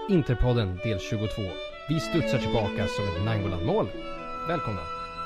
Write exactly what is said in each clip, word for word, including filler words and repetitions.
Interpodden del tjugotvå. Vi studsar tillbaka som ett Nangolan-mål. Välkomna!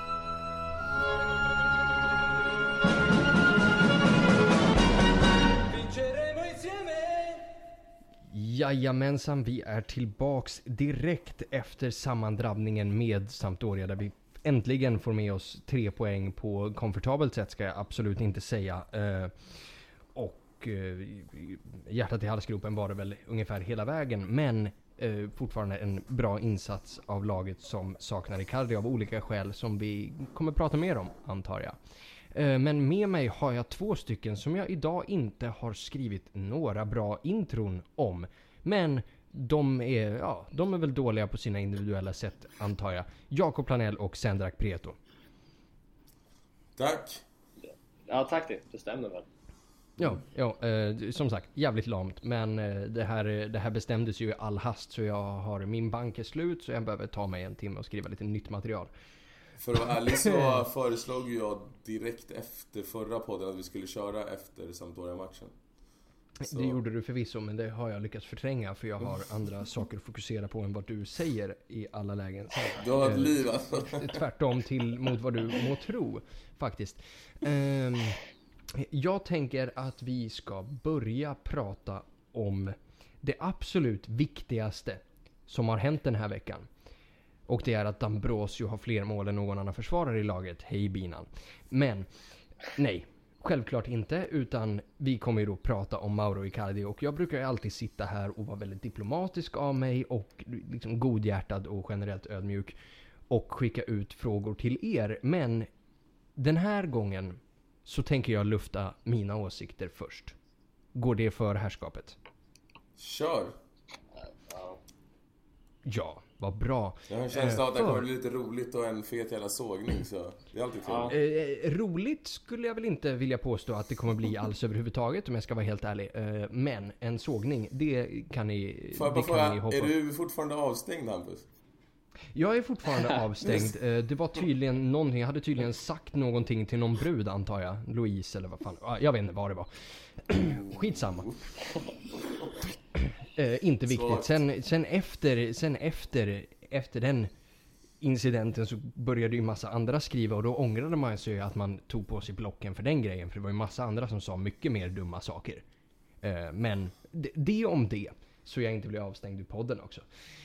Jajamensan, vi är tillbaks direkt efter sammandrabbningen med Sampdoria där vi äntligen får med oss tre poäng på komfortabelt sätt, ska jag absolut inte säga. Eh, och eh, hjärtat i halsgropen var det väl ungefär hela vägen, men eh, fortfarande en bra insats av laget som saknar Icardi av olika skäl som vi kommer prata mer om, antar jag. Eh, men med mig har jag två stycken som jag idag inte har skrivit några bra intron om. Men de är, ja, de är väl dåliga på sina individuella sätt, antar jag. Jakob Planell och Sendrak Prieto. Tack. Ja, tack det. Det stämmer väl. Ja, ja eh, som sagt, jävligt lamt. Men eh, det, här, det här bestämdes ju i all hast, så jag har min bank är slut, så jag behöver ta mig en timme och skriva lite nytt material. För att vara ärlig så föreslog jag direkt efter förra podden att vi skulle köra efter Sampdoria-matchen. Så. Det gjorde du förvisso, men det har jag lyckats förtränga, för jag har andra saker att fokusera på än vad du säger i alla lägen. Du har ett liv alltså. Tvärtom till mot vad du må tro, faktiskt. Um, jag tänker att vi ska börja prata om det absolut viktigaste som har hänt den här veckan. Och det är att D'Ambrosio har fler mål än någon annan försvarare i laget. Hej binan. Men, nej. Självklart inte, utan vi kommer ju då prata om Mauro Icardi, och jag brukar ju alltid sitta här och vara väldigt diplomatisk av mig och liksom godhjärtad och generellt ödmjuk och skicka ut frågor till er. Men den här gången så tänker jag lufta mina åsikter först. Går det för herrskapet? Kör! Ja, vad bra. Jag har en känsla av att det kommer bli lite roligt och en fet jävla sågning, så det är alltid trevligt. Eh, roligt skulle jag väl inte vilja påstå att det kommer bli alls överhuvudtaget, om jag ska vara helt ärlig. Eh, men en sågning, det kan ni, Får jag det bara kan fråga, ni hoppa. är du fortfarande avstängd, Hampus? Jag är fortfarande avstängd. Eh, det var tydligen någonting, jag hade tydligen sagt någonting till någon brud, antar jag. Louise eller vad fan. Ah, jag vet inte vad det var. Skitsamma. Eh, inte viktigt. Sen, sen, efter, sen efter, efter den incidenten så började ju massa andra skriva, och då ångrade man sig att man tog på sig blocken för den grejen, för det var ju massa andra som sa mycket mer dumma saker. Eh, men det, det om det, så jag inte blir avstängd i podden också.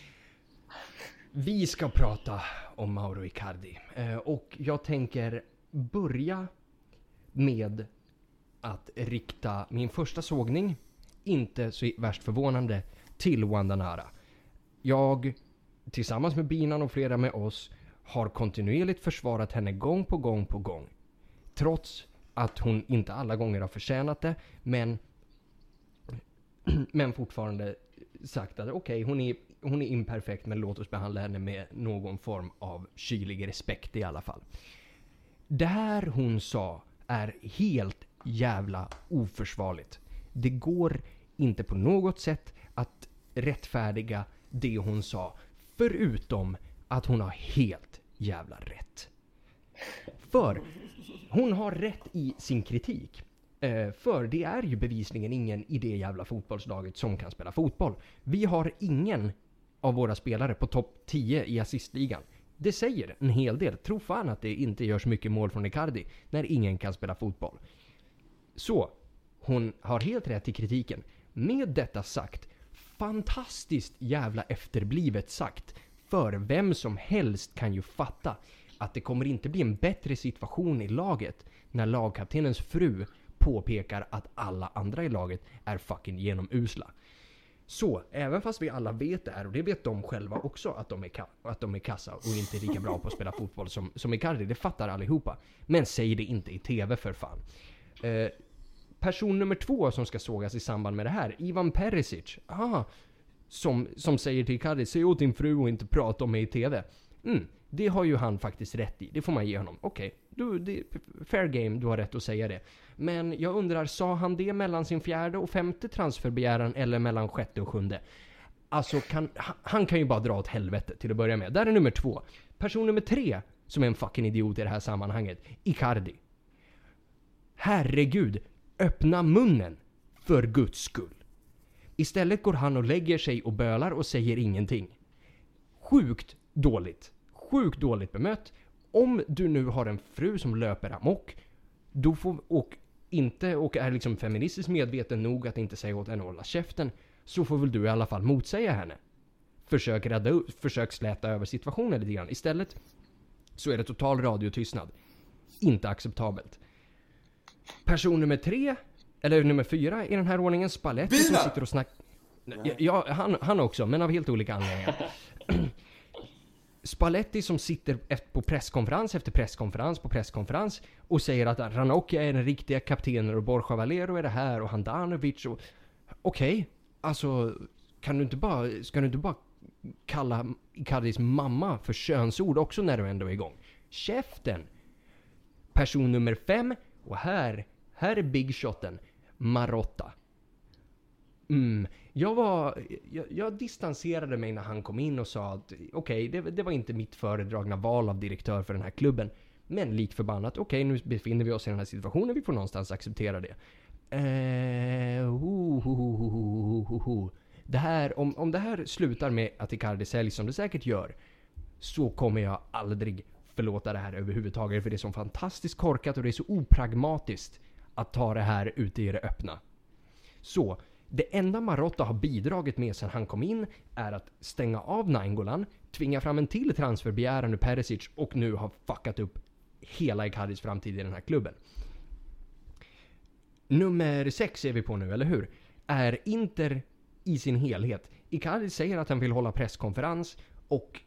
Vi ska prata om Mauro Icardi, eh, och jag tänker börja med att rikta min första sågning, inte så värst förvånande, till Wanda Nara. Jag, tillsammans med Binan och flera med oss, har kontinuerligt försvarat henne gång på gång på gång. Trots att hon inte alla gånger har förtjänat det, men, men fortfarande sagt att okej, okay, hon är, hon är imperfekt, men låt oss behandla henne med någon form av kylig respekt i alla fall. Det här hon sa är helt jävla oförsvarligt. Det går inte på något sätt att rättfärdiga det hon sa, förutom att hon har helt jävla rätt. För hon har rätt i sin kritik. Eh, för det är ju bevisligen ingen i det jävla fotbollslaget som kan spela fotboll. Vi har ingen av våra spelare på topp tio i assistligan. Det säger en hel del. Tro fan att det inte görs mycket mål från Icardi när ingen kan spela fotboll. Så hon har helt rätt i kritiken. Med detta sagt, fantastiskt jävla efterblivet sagt. För vem som helst kan ju fatta att det kommer inte bli en bättre situation i laget när lagkaptenens fru påpekar att alla andra i laget är fucking genomusla. Så, även fast vi alla vet det här, och det vet de själva också, att de är, ka- att de är kassa och inte lika bra på att spela fotboll som, som Icardi, det fattar allihopa. Men säg det inte i tv för fan. Eh, person nummer två som ska sågas i samband med det här, Ivan Perisic, aha, som, som säger till Icardi, säg åt din fru och inte prata om mig i tv. Mm, det har ju han faktiskt rätt i, det får man ge honom. Okej, okay, fair game, du har rätt att säga det. Men jag undrar, sa han det mellan sin fjärde och femte transferbegäran eller mellan sjätte och sjunde? Alltså, kan, han kan ju bara dra åt helvete till att börja med. Där är nummer två. Person nummer tre, som är en fucking idiot i det här sammanhanget, Icardi. Herregud, öppna munnen för Guds skull. Istället går han och lägger sig och bölar och säger ingenting. Sjukt dåligt. Sjukt dåligt bemött. Om du nu har en fru som löper amok, då får, och, inte, och är liksom feministiskt medveten nog att inte säga åt henne att hålla käften, så får väl du i alla fall motsäga henne. Försök rädda upp, försök släta över situationen lite grann. Istället så är det total radiotystnad. Inte acceptabelt. Person nummer tre, eller nummer fyra i den här ordningen, Spalletti, som sitter och snackar... Ja, han, han också, men av helt olika anledningar. Spalletti som sitter på presskonferens efter presskonferens på presskonferens och säger att Ranocchia är den riktiga kaptenen och Borja Valero är det här och Handanovic och... Okej, okay, alltså kan du inte bara, ska du inte bara kalla Icardis mamma för könsord också när du ändå är igång? Käften! Person nummer fem, och här, här är big shoten, Marotta. Mm, jag var, jag, jag distanserade mig när han kom in och sa att okej, okay, det, det var inte mitt föredragna val av direktör för den här klubben. Men lik förbannat, okej, okay, nu befinner vi oss i den här situationen, vi får någonstans acceptera det. Eh, ho, ho, ho, ho, ho, ho. Det här, om, om det här slutar med att Icardi säljs som det säkert gör, så kommer jag aldrig förlåta det här överhuvudtaget, för det är så fantastiskt korkat och det är så opragmatiskt att ta det här ute i det öppna. Så, det enda Marotta har bidragit med sedan han kom in är att stänga av Nainggolan, tvinga fram en till transferbegäran ur Perisic och nu har fuckat upp hela Icardis framtid i den här klubben. Nummer sex är vi på nu, eller hur? Är Inter i sin helhet. Icardi säger att han vill hålla presskonferens och,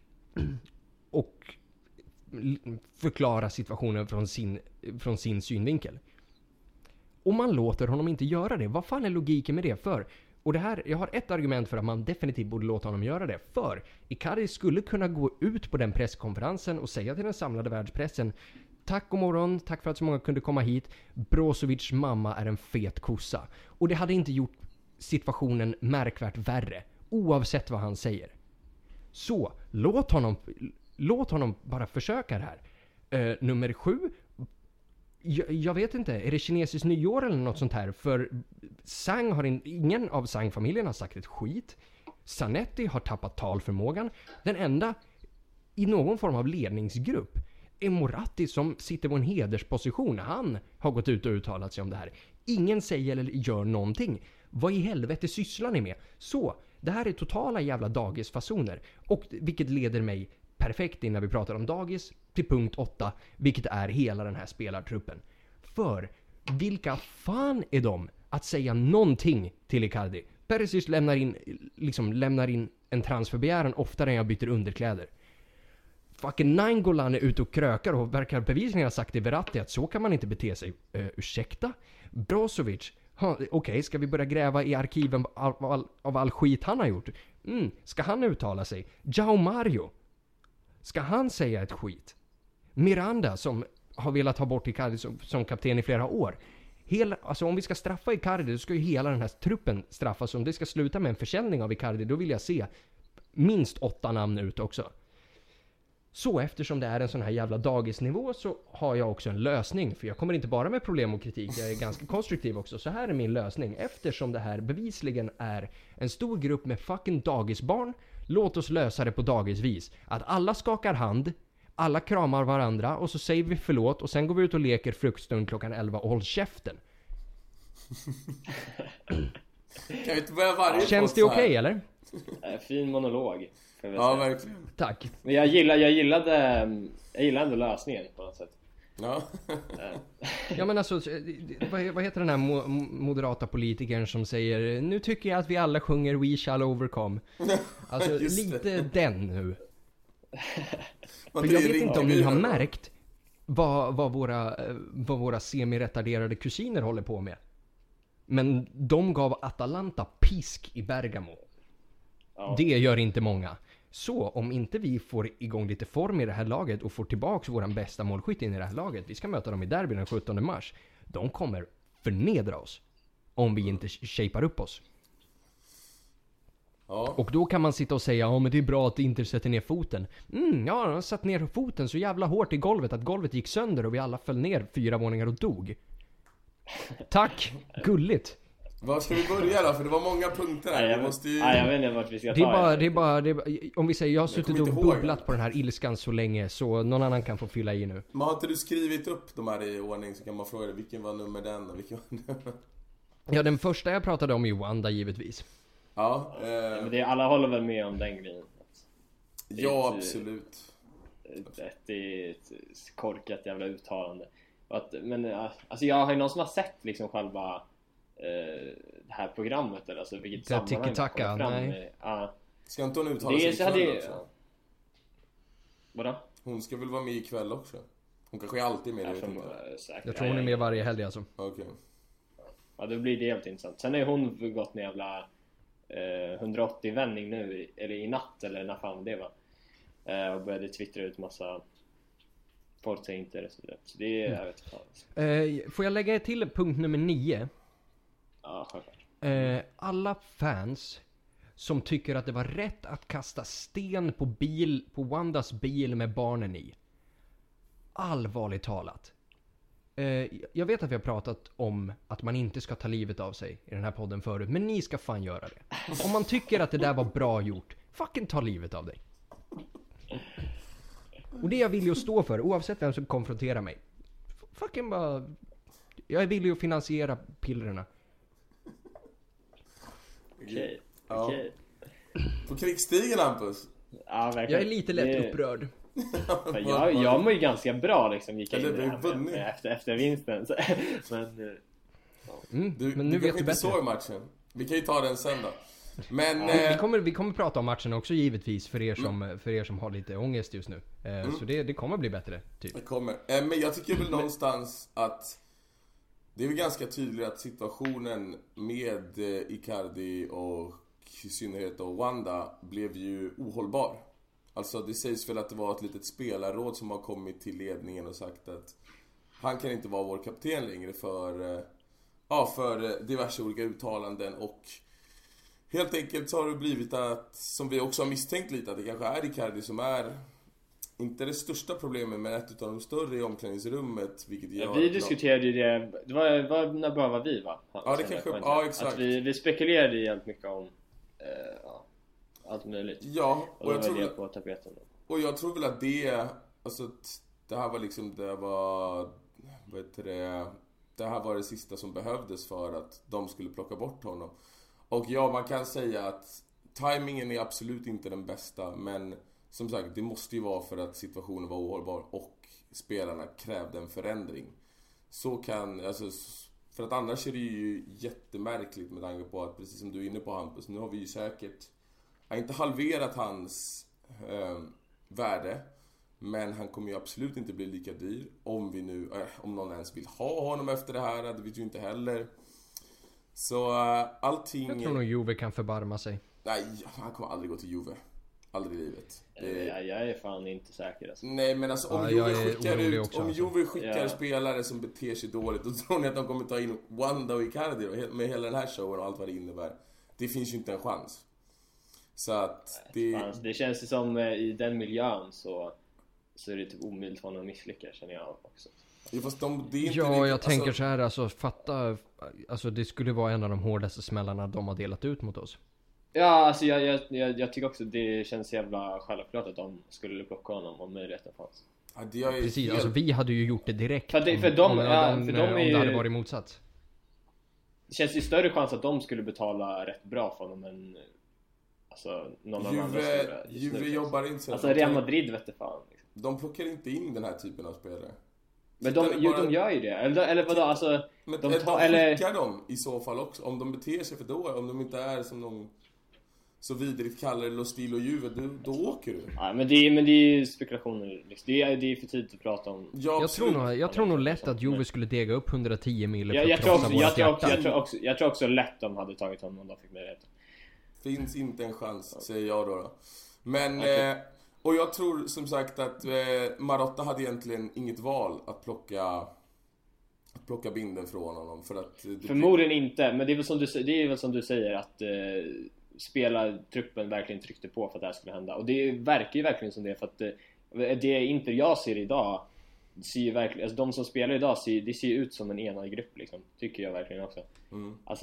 och förklara situationen från sin, från sin synvinkel. Och man låter honom inte göra det. Vad fan är logiken med det för? Och det här, jag har ett argument för att man definitivt borde låta honom göra det. För Icardi skulle kunna gå ut på den presskonferensen och säga till den samlade världspressen: tack och morgon, tack för att så många kunde komma hit. Brozovic mamma är en fet kossa. Och det hade inte gjort situationen märkvärt värre, oavsett vad han säger. Så, låt honom, låt honom bara försöka det här. Uh, nummer sju, jag, jag vet inte, är det kinesiskt nyår eller något sånt här? För Sang har in, ingen av Sang-familjen har sagt ett skit. Zanetti har tappat talförmågan. Den enda i någon form av ledningsgrupp är Moratti som sitter på en hedersposition. Han har gått ut och uttalat sig om det här. Ingen säger eller gör någonting. Vad i helvete sysslar ni med? Så, det här är totala jävla dagisfasoner. Och vilket leder mig perfekt in när vi pratar om dagis till punkt åtta, vilket är hela den här spelartruppen. För vilka fan är de att säga någonting till Icardi? Perisic lämnar in, liksom lämnar in en transferbegäran oftare än jag byter underkläder. Fucking Nainggolan är ute och krökar och verkar bevisligen ha sagt till Verratti att så kan man inte bete sig. Uh, ursäkta? Brozovic, okej, okay, ska vi börja gräva i arkiven av all, av all skit han har gjort? Mm, ska han uttala sig? João Mario, ska han säga ett skit? Miranda som har velat ha bort Icardi som, som kapten i flera år. Hela, alltså om vi ska straffa Icardi, då ska ju hela den här truppen straffas. Om det ska sluta med en försäljning av Icardi, då vill jag se minst åtta namn ut också. Så eftersom det är en sån här jävla dagisnivå så har jag också en lösning. För jag kommer inte bara med problem och kritik, jag är ganska konstruktiv också. Så här är min lösning. Eftersom det här bevisligen är en stor grupp med fucking dagisbarn, låt oss lösa det på dagisvis. Att alla skakar hand, alla kramar varandra och så säger vi förlåt och sen går vi ut och leker fruktstund klockan elva och håll käften. Kan vi inte börja varje Känns det okej okay, eller? Fin monolog. Ja, verkligen. Tack. Men jag gillar, jag gillade, jag gillade ändå lösningen på något sätt. Ja. Ja men alltså, vad, vad heter den här mo- moderata politikern som säger nu tycker jag att vi alla sjunger We Shall Overcome. Alltså lite den nu. För jag vet inte om ni har märkt vad, vad, våra, vad våra semi-retarderade kusiner håller på med. Men de gav Atalanta pisk i Bergamo. Ja. Det gör inte många. Så om inte vi får igång lite form i det här laget och får tillbaks våran bästa målskytt in i det här laget, vi ska möta dem i derby den sjuttonde mars, de kommer förnedra oss om vi inte shapar upp oss. Ja. Och då kan man sitta och säga ja men det är bra att Inter sätter ner foten. Mm, ja, de har satt ner foten så jävla hårt i golvet att golvet gick sönder och vi alla föll ner fyra våningar och dog. Tack, gulligt. Var ska vi börja då? För det var många punkter här. Nej, jag, vi måste ju... nej, jag vet inte vart vi ska ta Det är bara, det är bara, det är bara om vi säger jag har suttit och bubblat ihåg. på den här ilskan så länge så någon annan kan få fylla i nu. Men har inte du skrivit upp de här i ordning så kan man fråga dig vilken var nummer den och vilken var nummer... Ja, den första jag pratade om är Wanda givetvis. Ja, eh... Men det, alla håller väl med om den grejen. Det är ja ett, absolut. Ett, ett, det är ett korkat jävla uttalande. Att, men alltså jag har ju någon som har sett liksom själva eh, det här programmet eller alltså vilket Det sammanhang tiki-taka, kommer fram nej. med. Ja. Ska inte hon uttala sig Det är så ikväll hade också? Vadå? Hon ska väl vara med ikväll också? Hon kanske är alltid med, det Jag, vet som, inte. äh, säkert. Jag tror hon är med varje helg alltså. Okej. Ja, då blir det helt intressant. Sen har hon gått en jävla eh, hundraåttio vändning nu, eller i natt, eller när fan det var. Eh, och började twittra ut massa folk säger inte det så vidare. Så det är, mm. jag vet inte fan. Eh, får jag lägga till punkt nummer nio? Ja, självklart. Eh, alla fans som tycker att det var rätt att kasta sten på bil, på Wandas bil med barnen i. Allvarligt talat. Eh, jag vet att vi har pratat om att man inte ska ta livet av sig i den här podden förut, men ni ska fan göra det. Om man tycker att det där var bra gjort, fucking ta livet av dig. Och det är jag villig att stå för, oavsett vem som konfronterar mig. F- fucking bara... Jag är villig att finansiera pillerna. Okej, Ja. okej. På krigsstigen, Hampus. Ja, verkligen. Jag är lite lätt Det- upprörd. Men jag, jag mår ju ganska bra liksom, gick jag Ja, in det i det var här ju med, vunnit. med, efter, efter vinsten. Så, men eh, Mm, Du, men du nu vet kanske du inte bättre. såg matchen. Vi kan ju ta den sen då. Men... Ja, vi, Eh, kommer, vi kommer prata om matchen också givetvis för er som, för er som har lite ångest just nu. Eh, Mm. Så det, det kommer bli bättre, typ. det kommer. Eh, men jag tycker väl någonstans att... Det är väl ganska tydligt att situationen med eh, Icardi och i synnerhet då Wanda blev ju ohållbar. Alltså det sägs väl att det var ett litet spelarråd som har kommit till ledningen och sagt att han kan inte vara vår kapten längre för, eh, ja, för eh, diverse olika uttalanden och helt enkelt så har det blivit att, som vi också har misstänkt lite, att det kanske är Icardi som är inte det största problemet men ett av de större i omklädningsrummet, vilket gör ja, vi att- diskuterade ju det, det var, var när bara var vi va? Ja, det kanske- ja, exakt. Att vi, vi spekulerade ju helt mycket om eh, ja, allt möjligt. Ja, Och och då jag var tror det väl- på tapeten. Och jag tror väl att det, alltså t- det här var liksom, det var, vad heter det, det här var det sista som behövdes för att de skulle plocka bort honom. Och ja, man kan säga att timingen är absolut inte den bästa, men som sagt, det måste ju vara för att situationen var ohållbar och spelarna krävde en förändring. Så kan, alltså, för att annars är det ju jättemärkligt med tanke på att, precis som du är inne på Hampus, nu har vi ju säkert, jag har inte halverat hans eh, värde, men han kommer ju absolut inte bli lika dyr om vi nu, äh, om någon ens vill ha honom efter det här, det vet ju inte heller. Så äh, allting... Jag tror nog Juve kan förbarma sig. Nej, han kommer aldrig gå till Juve. Aldrig i livet. Det... Jag, jag är fan inte säker alltså. Nej, men alltså om Ja, Juve jag är skickar orolig ut, också, om alltså. Juve skickar Ja. spelare som beter sig dåligt, då tror ni att de kommer ta in Wanda och Icardi då, med hela den här showen och allt vad det innebär. Det finns ju inte en chans. Så att det... Fan, det känns ju som eh, i den miljön så, så är det typ omöjligt för honom att misslyckas, känner jag också. Ja, fast de, det är inte Ja, riktigt- jag tänker alltså, så här, alltså fatta, alltså det skulle vara en av de hårdaste smällarna de har delat ut mot oss. Ja, alltså jag, jag, jag, jag tycker också det känns jävla självklart att de skulle plocka honom om möjligheten fanns. Ja, det är ju Precis, helt... alltså vi hade ju gjort det direkt För det- om, för de- om, ja, om, för de är om det ju- hade varit motsatt. Det känns ju större chans att de skulle betala rätt bra för honom än alltså, någon av de andra Juve, stora just Juve nu. jobbar inte så. Alltså de, Real Madrid vet du fan liksom. de plockar inte in den här typen av spelare. Men Tittar de, ni jo, bara- de gör ju det, eller, eller vadå alltså. Men de de, tar- de eller- skickar dem i så fall också. Om de beter sig för då, om de inte är som någon så vidrigt kallar Lo Stilo Juve, då, då åker du. Ja, men det är, men det är ju spekulationer liksom. det, är, det är för tidigt att prata om. Ja, Jag tror, absolut. nog, jag tror nog lätt att Juve skulle dega upp hundratio mil för Jag, att jag, tror krossa också, jag, vårat tror också, hjärta. jag, tror också, jag tror också lätt de hade tagit honom om de fick möjlighet. Finns inte en chans, säger jag då. då. Men, Okej. eh, och jag tror som sagt att eh, Marotta hade egentligen inget val att plocka att plocka binden från honom för att det, Förmodligen inte, men det är väl som du, det är väl som du säger att eh, spelartruppen verkligen tryckte på för att det här skulle hända. Och det verkar ju verkligen som det, för att eh, det Inter jag ser idag ser ju verkligen, alltså de som spelar idag ser, det ser ju ut som en enad grupp liksom, tycker jag verkligen också. Mm. Alltså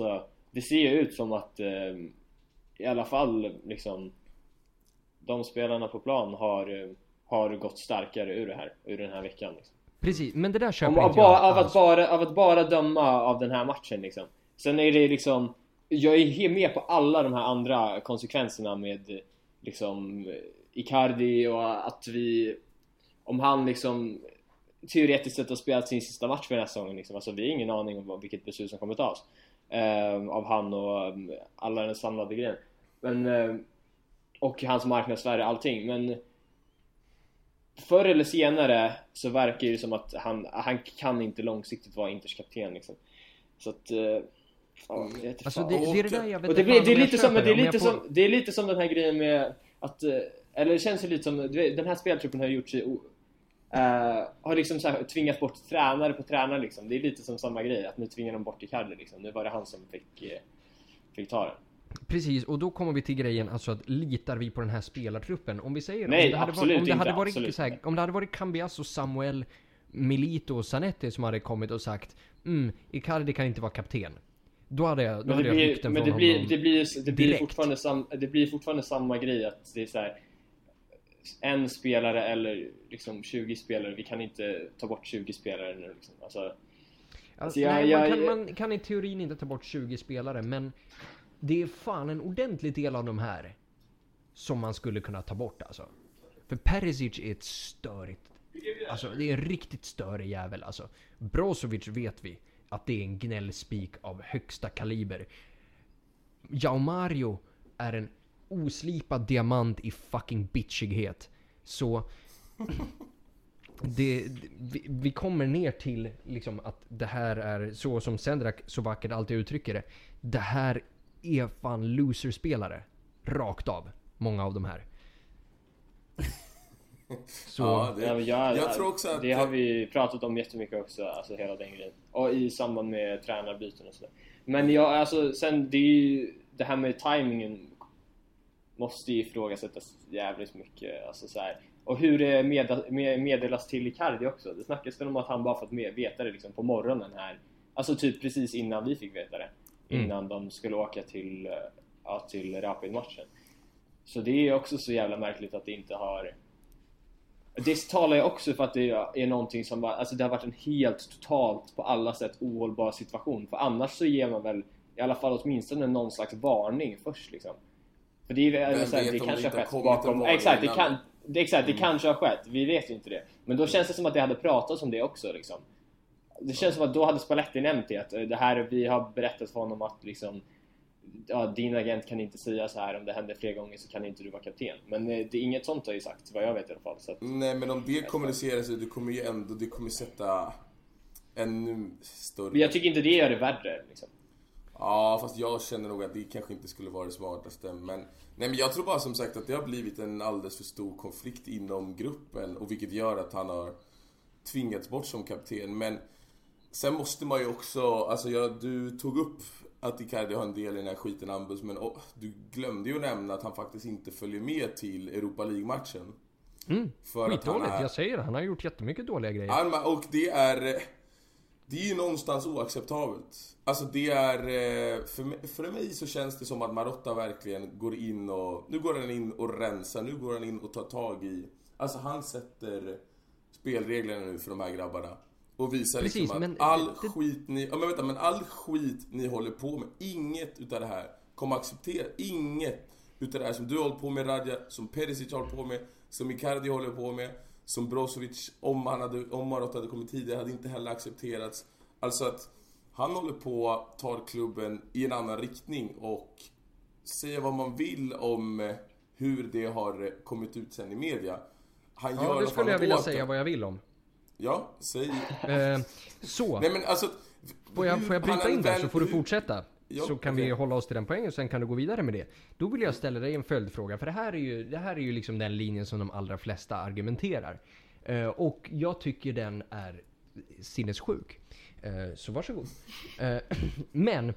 det ser ju ut som att eh, i alla fall liksom de spelarna på plan har, eh, har gått starkare ur det här, ur den här veckan liksom. Precis, men det där köper Om, inte av, jag av, att alls. bara, av att bara döma av den här matchen liksom. Sen är det liksom, jag är helt med på alla de här andra konsekvenserna med liksom Icardi och att vi, om han liksom teoretiskt sett har spelat sin sista match för den här säsongen liksom. Alltså vi har ingen aning om vilket beslut som kommer tas eh, av han och um, alla den samlade grejen. Men eh, och hans marknadsvärde, allting. Men förr eller senare så verkar det som att han, han kan inte långsiktigt vara Inters kapten liksom. Så att uh, ja, jag vet Alltså fan. det, det är det där jag vet Och det, inte blir, fan det är om jag lite som köper det är om jag lite får- som det är lite som den här grejen med att uh, eller det känns ju lite som du vet, den här speltruppen har gjort sig o- uh, har liksom så här tvingat bort tränare på tränare liksom. Det är lite som samma grej att nu tvingar de bort Icardi liksom. Nu var det han som fick uh, fick ta den. Precis, och då kommer vi till grejen, alltså att litar vi på den här spelartruppen? Om vi säger Nej, om det hade absolut varit, om det hade inte, varit absolut så här, inte. om det hade varit Cambiasso, Samuel, Milito och Zanetti som hade kommit och sagt mm, Icardi kan inte vara kapten. Då hade jag, då Men hade det jag blir, rykten men från det blir, honom. det blir, det blir direkt. fortfarande sam, det blir fortfarande samma grej att det är så här, en spelare eller liksom tjugo spelare, vi kan inte ta bort tjugo spelare nu liksom. Alltså, Alltså, jag- nej, jag- man, kan, man kan i teorin inte ta bort tjugo spelare, men det är fan en ordentlig del av de här som man skulle kunna ta bort alltså. För Perisic är ett störigt, alltså det är en riktigt större jävel alltså. Brozovic vet vi att det är en gnällspik av högsta kaliber. João Mario är en oslipad diamant i fucking bitchighet. Så det, vi, vi kommer ner till liksom att det här är så som Sendrak så vackert alltid uttrycker det. Det här är fan loser-spelare. Rakt av. Många av de här. Så Ja, det, ja, men jag, jag tror också att det har vi pratat om jättemycket också, alltså hela den grejen. Och i samband med tränarbyten och sådär. Men jag, alltså sen det är ju, det här med timingen måste ju ifrågasättas jävligt mycket, alltså så här. Och hur det med, med, meddelas till Icardi också. Det snackas väl om att han bara fått med, veta det liksom på morgonen här. Alltså typ precis innan vi fick veta det. Mm. Innan de skulle åka till, ja, till Rapid-matchen. Så det är också så jävla märkligt att det inte har... Det talar ju också för att det är någonting som bara, alltså det har varit en helt totalt på alla sätt ohållbar situation. För annars så ger man väl i alla fall åtminstone någon slags varning först liksom. För det är Vem så här, vet det om kanske det har inte skett har kommit bakom. en varning Exakt, det innan. kan det, exakt, det Mm. kanske har skett. Vi vet ju inte det. Men då känns det som att det hade pratats om det också liksom. Det känns som att då hade Spalletti nämnt det, att det här, vi har berättat för honom att liksom, ja, din agent kan inte säga så här, om det händer fler gånger så kan inte du vara kapten. Men eh, det är inget sånt har ju sagt, vad jag vet i alla fall. Så att, Nej, men om det kommuniceras så det kommer ju ändå, det kommer sätta ännu större... men jag tycker inte det gör det värre liksom. Ja, fast jag känner nog att det kanske inte skulle vara det smartaste. Men, nej, men jag tror bara som sagt att det har blivit en alldeles för stor konflikt inom gruppen. Och vilket gör att han har tvingats bort som kapten. Men sen måste man ju också, alltså jag, du tog upp att Icardi har en del i den här skiten Ambus. Men oh, du glömde ju att nämna att han faktiskt inte följer med till Europa League-matchen. mm, För att han skitdåligt, är... jag säger det. Han har gjort jättemycket dåliga grejer. Ja, men- och det är det är ju någonstans oacceptabelt. Alltså det är för mig, för mig så känns det som att Marotta verkligen går in och nu går han in och rensar, nu går han in och tar tag i, alltså han sätter spelreglerna nu för de här grabbarna och visar Precis, liksom att men all det- skit ni, ja men vänta, men all skit ni håller på med, inget utav det här kommer acceptera, inget utav det här som du håller på med, Radja, som Perisic håller på med, som Icardi håller på med, som Brozovic, om han hade, om Marotta hade kommit tidigare, hade inte heller accepterats. Alltså att han håller på, tar klubben i en annan riktning och säger vad man vill om hur det har kommit ut sen i media. Han Ja, gör det vad skulle fan jag vilja åt det. säga vad jag vill om. Ja, säg. Eh, så, Nej men alltså... får jag, får jag han bryta är in där väl- så får du hur- fortsätta. Ja, så kan okej. vi hålla oss till den poängen och sen kan du gå vidare med det. Då vill jag ställa dig en följdfråga. För det här är ju, det här är ju liksom den linjen som de allra flesta argumenterar. Eh, och jag tycker den är sinnessjuk. Eh, så varsågod. Eh, men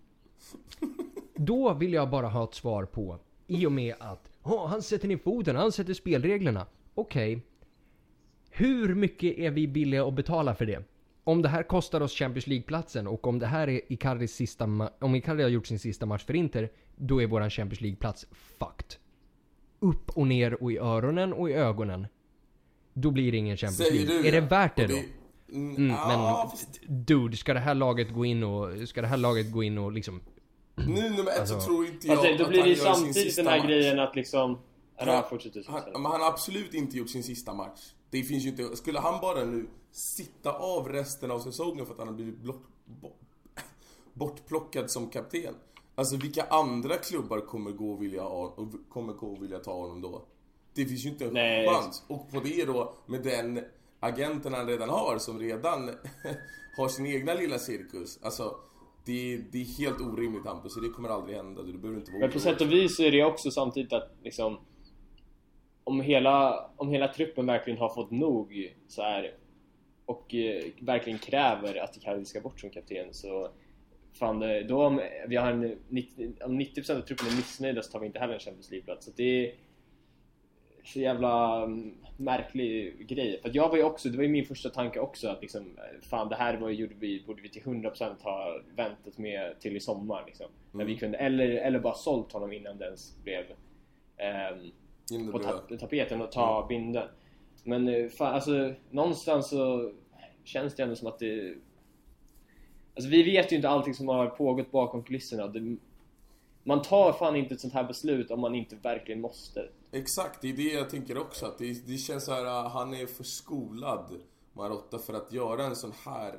då vill jag bara ha ett svar på, i och med att oh, han sätter ner foten, han sätter spelreglerna. Okej. Okay. Hur mycket är vi villiga att betala för det? om det här kostar oss Champions League-platsen och om det här är Icardis sista ma- om Icardi har gjort sin sista match för Inter, då är våran Champions League-plats fucked. Upp och ner och i öronen och i ögonen. Då blir det ingen Champions Säger League. du Är det det? värt det Och då? det- Mm, Mm, ja, men fast dude, ska det här laget gå in och ska det här laget gå in och liksom nu nummer ett Alltså- så tror inte jag Alltså, då att blir han det ju gör sin samtidigt sista den här match. grejen att liksom... Han- Ja, fortsätter Han, så. men han har absolut inte gjort sin sista match. Det finns ju inte... Skulle han bara nu sitta av resten av säsongen för att han har blivit block, bort, bortplockad som kapten? Alltså vilka andra klubbar kommer gå och vilja, ha, och kommer gå och vilja ta honom då? Det finns ju inte en Nej. chans. Och på det då, med den agenten han redan har, som redan har sin egna lilla cirkus. Alltså, det, det är helt orimligt, Hampus. Så det kommer aldrig hända. Du behöver inte vara Men på orolig. sätt och vis så är det också samtidigt att liksom, om hela, om hela truppen verkligen har fått nog så här, och eh, verkligen kräver att Icardi ska bort som kapten, så fan, det- då om vi har en nittio, om nittio procent av truppen är missnöjda så tar vi inte heller en Champions League-plats. Så det är så jävla mm, märklig grej. För att jag var ju också, det var ju min första tanke också att liksom, fan, det här var, gjorde vi, borde vi till hundra procent ha väntat med till i sommar liksom. När vi kunde, eller, eller bara sålt honom innan det ens blev ehm, Innan på det tap- blev- tapeten och ta Mm. binden. Men eh, fan, alltså någonstans så känns det ändå som att det, alltså vi vet ju inte allting som har pågått bakom kulisserna. Det, man tar fan inte ett sånt här beslut om man inte verkligen måste. Exakt, det är det jag tänker också. Att det, det känns så här, uh, han är för skolad, Marotta, för att göra en sån här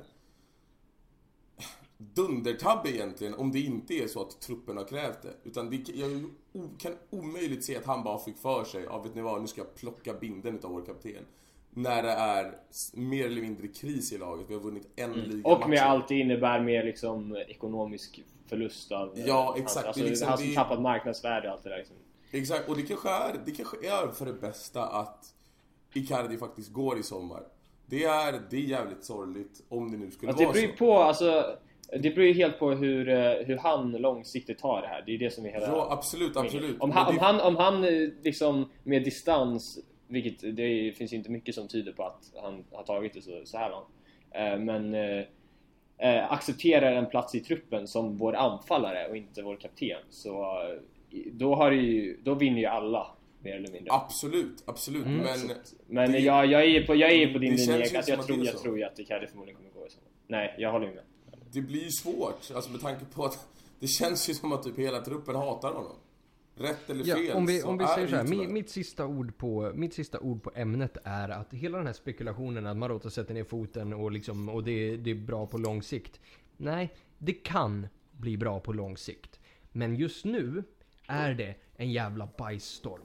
dundertabbe egentligen, om det inte är så att truppen har krävt det. Utan det, jag o- kan omöjligt se att han bara fick för sig, ja, vet ni vad, nu ska jag plocka binden utav vår kapten. När det är s- mer eller mindre kris i laget. Vi har vunnit en liga. Och med allt det innebär med liksom ekonomisk förlust av eh, Ja, hans- exakt. Alltså, Det är liksom- han som det är- tappat marknadsvärde och allt det där liksom. Exakt, och det kanske är, det kanske är för det bästa att Icardi faktiskt går i sommar. Det är, det är jävligt sorgligt om det nu skulle Alltså, det vara beror ju så. på, alltså, det beror ju helt på hur, eh, hur han långsiktigt tar det här. Det är det som är hela... Ja, absolut, absolut. Om Men han, om det- han, om han eh, liksom med distans, vilket det finns ju inte mycket som tyder på att han har tagit det så, så här långt, eh, men eh, eh, accepterar en plats i truppen som vår anfallare och inte vår kapten, så eh, då, har det ju, då vinner ju alla mer eller mindre. Absolut, absolut. Mm. Men Men det- jag, jag är på, jag är på din det känns linje. ju Alltså, som jag, att tror, det är jag så. tror ju att Icardi förmodligen kommer gå i så. Nej, jag håller ju med. det blir ju svårt, alltså med tanke på att det känns ju som att typ hela truppen hatar honom. Rätt eller fel, Ja, om vi, så om vi är säger det så här, ju mi, tyvärr. mitt, sista ord på, mitt sista ord på ämnet är att hela den här spekulationen att Marotta sätter ner foten och, liksom, och det, det är bra på lång sikt. Nej, det kan bli bra på lång sikt. Men just nu är det en jävla bajsstorm.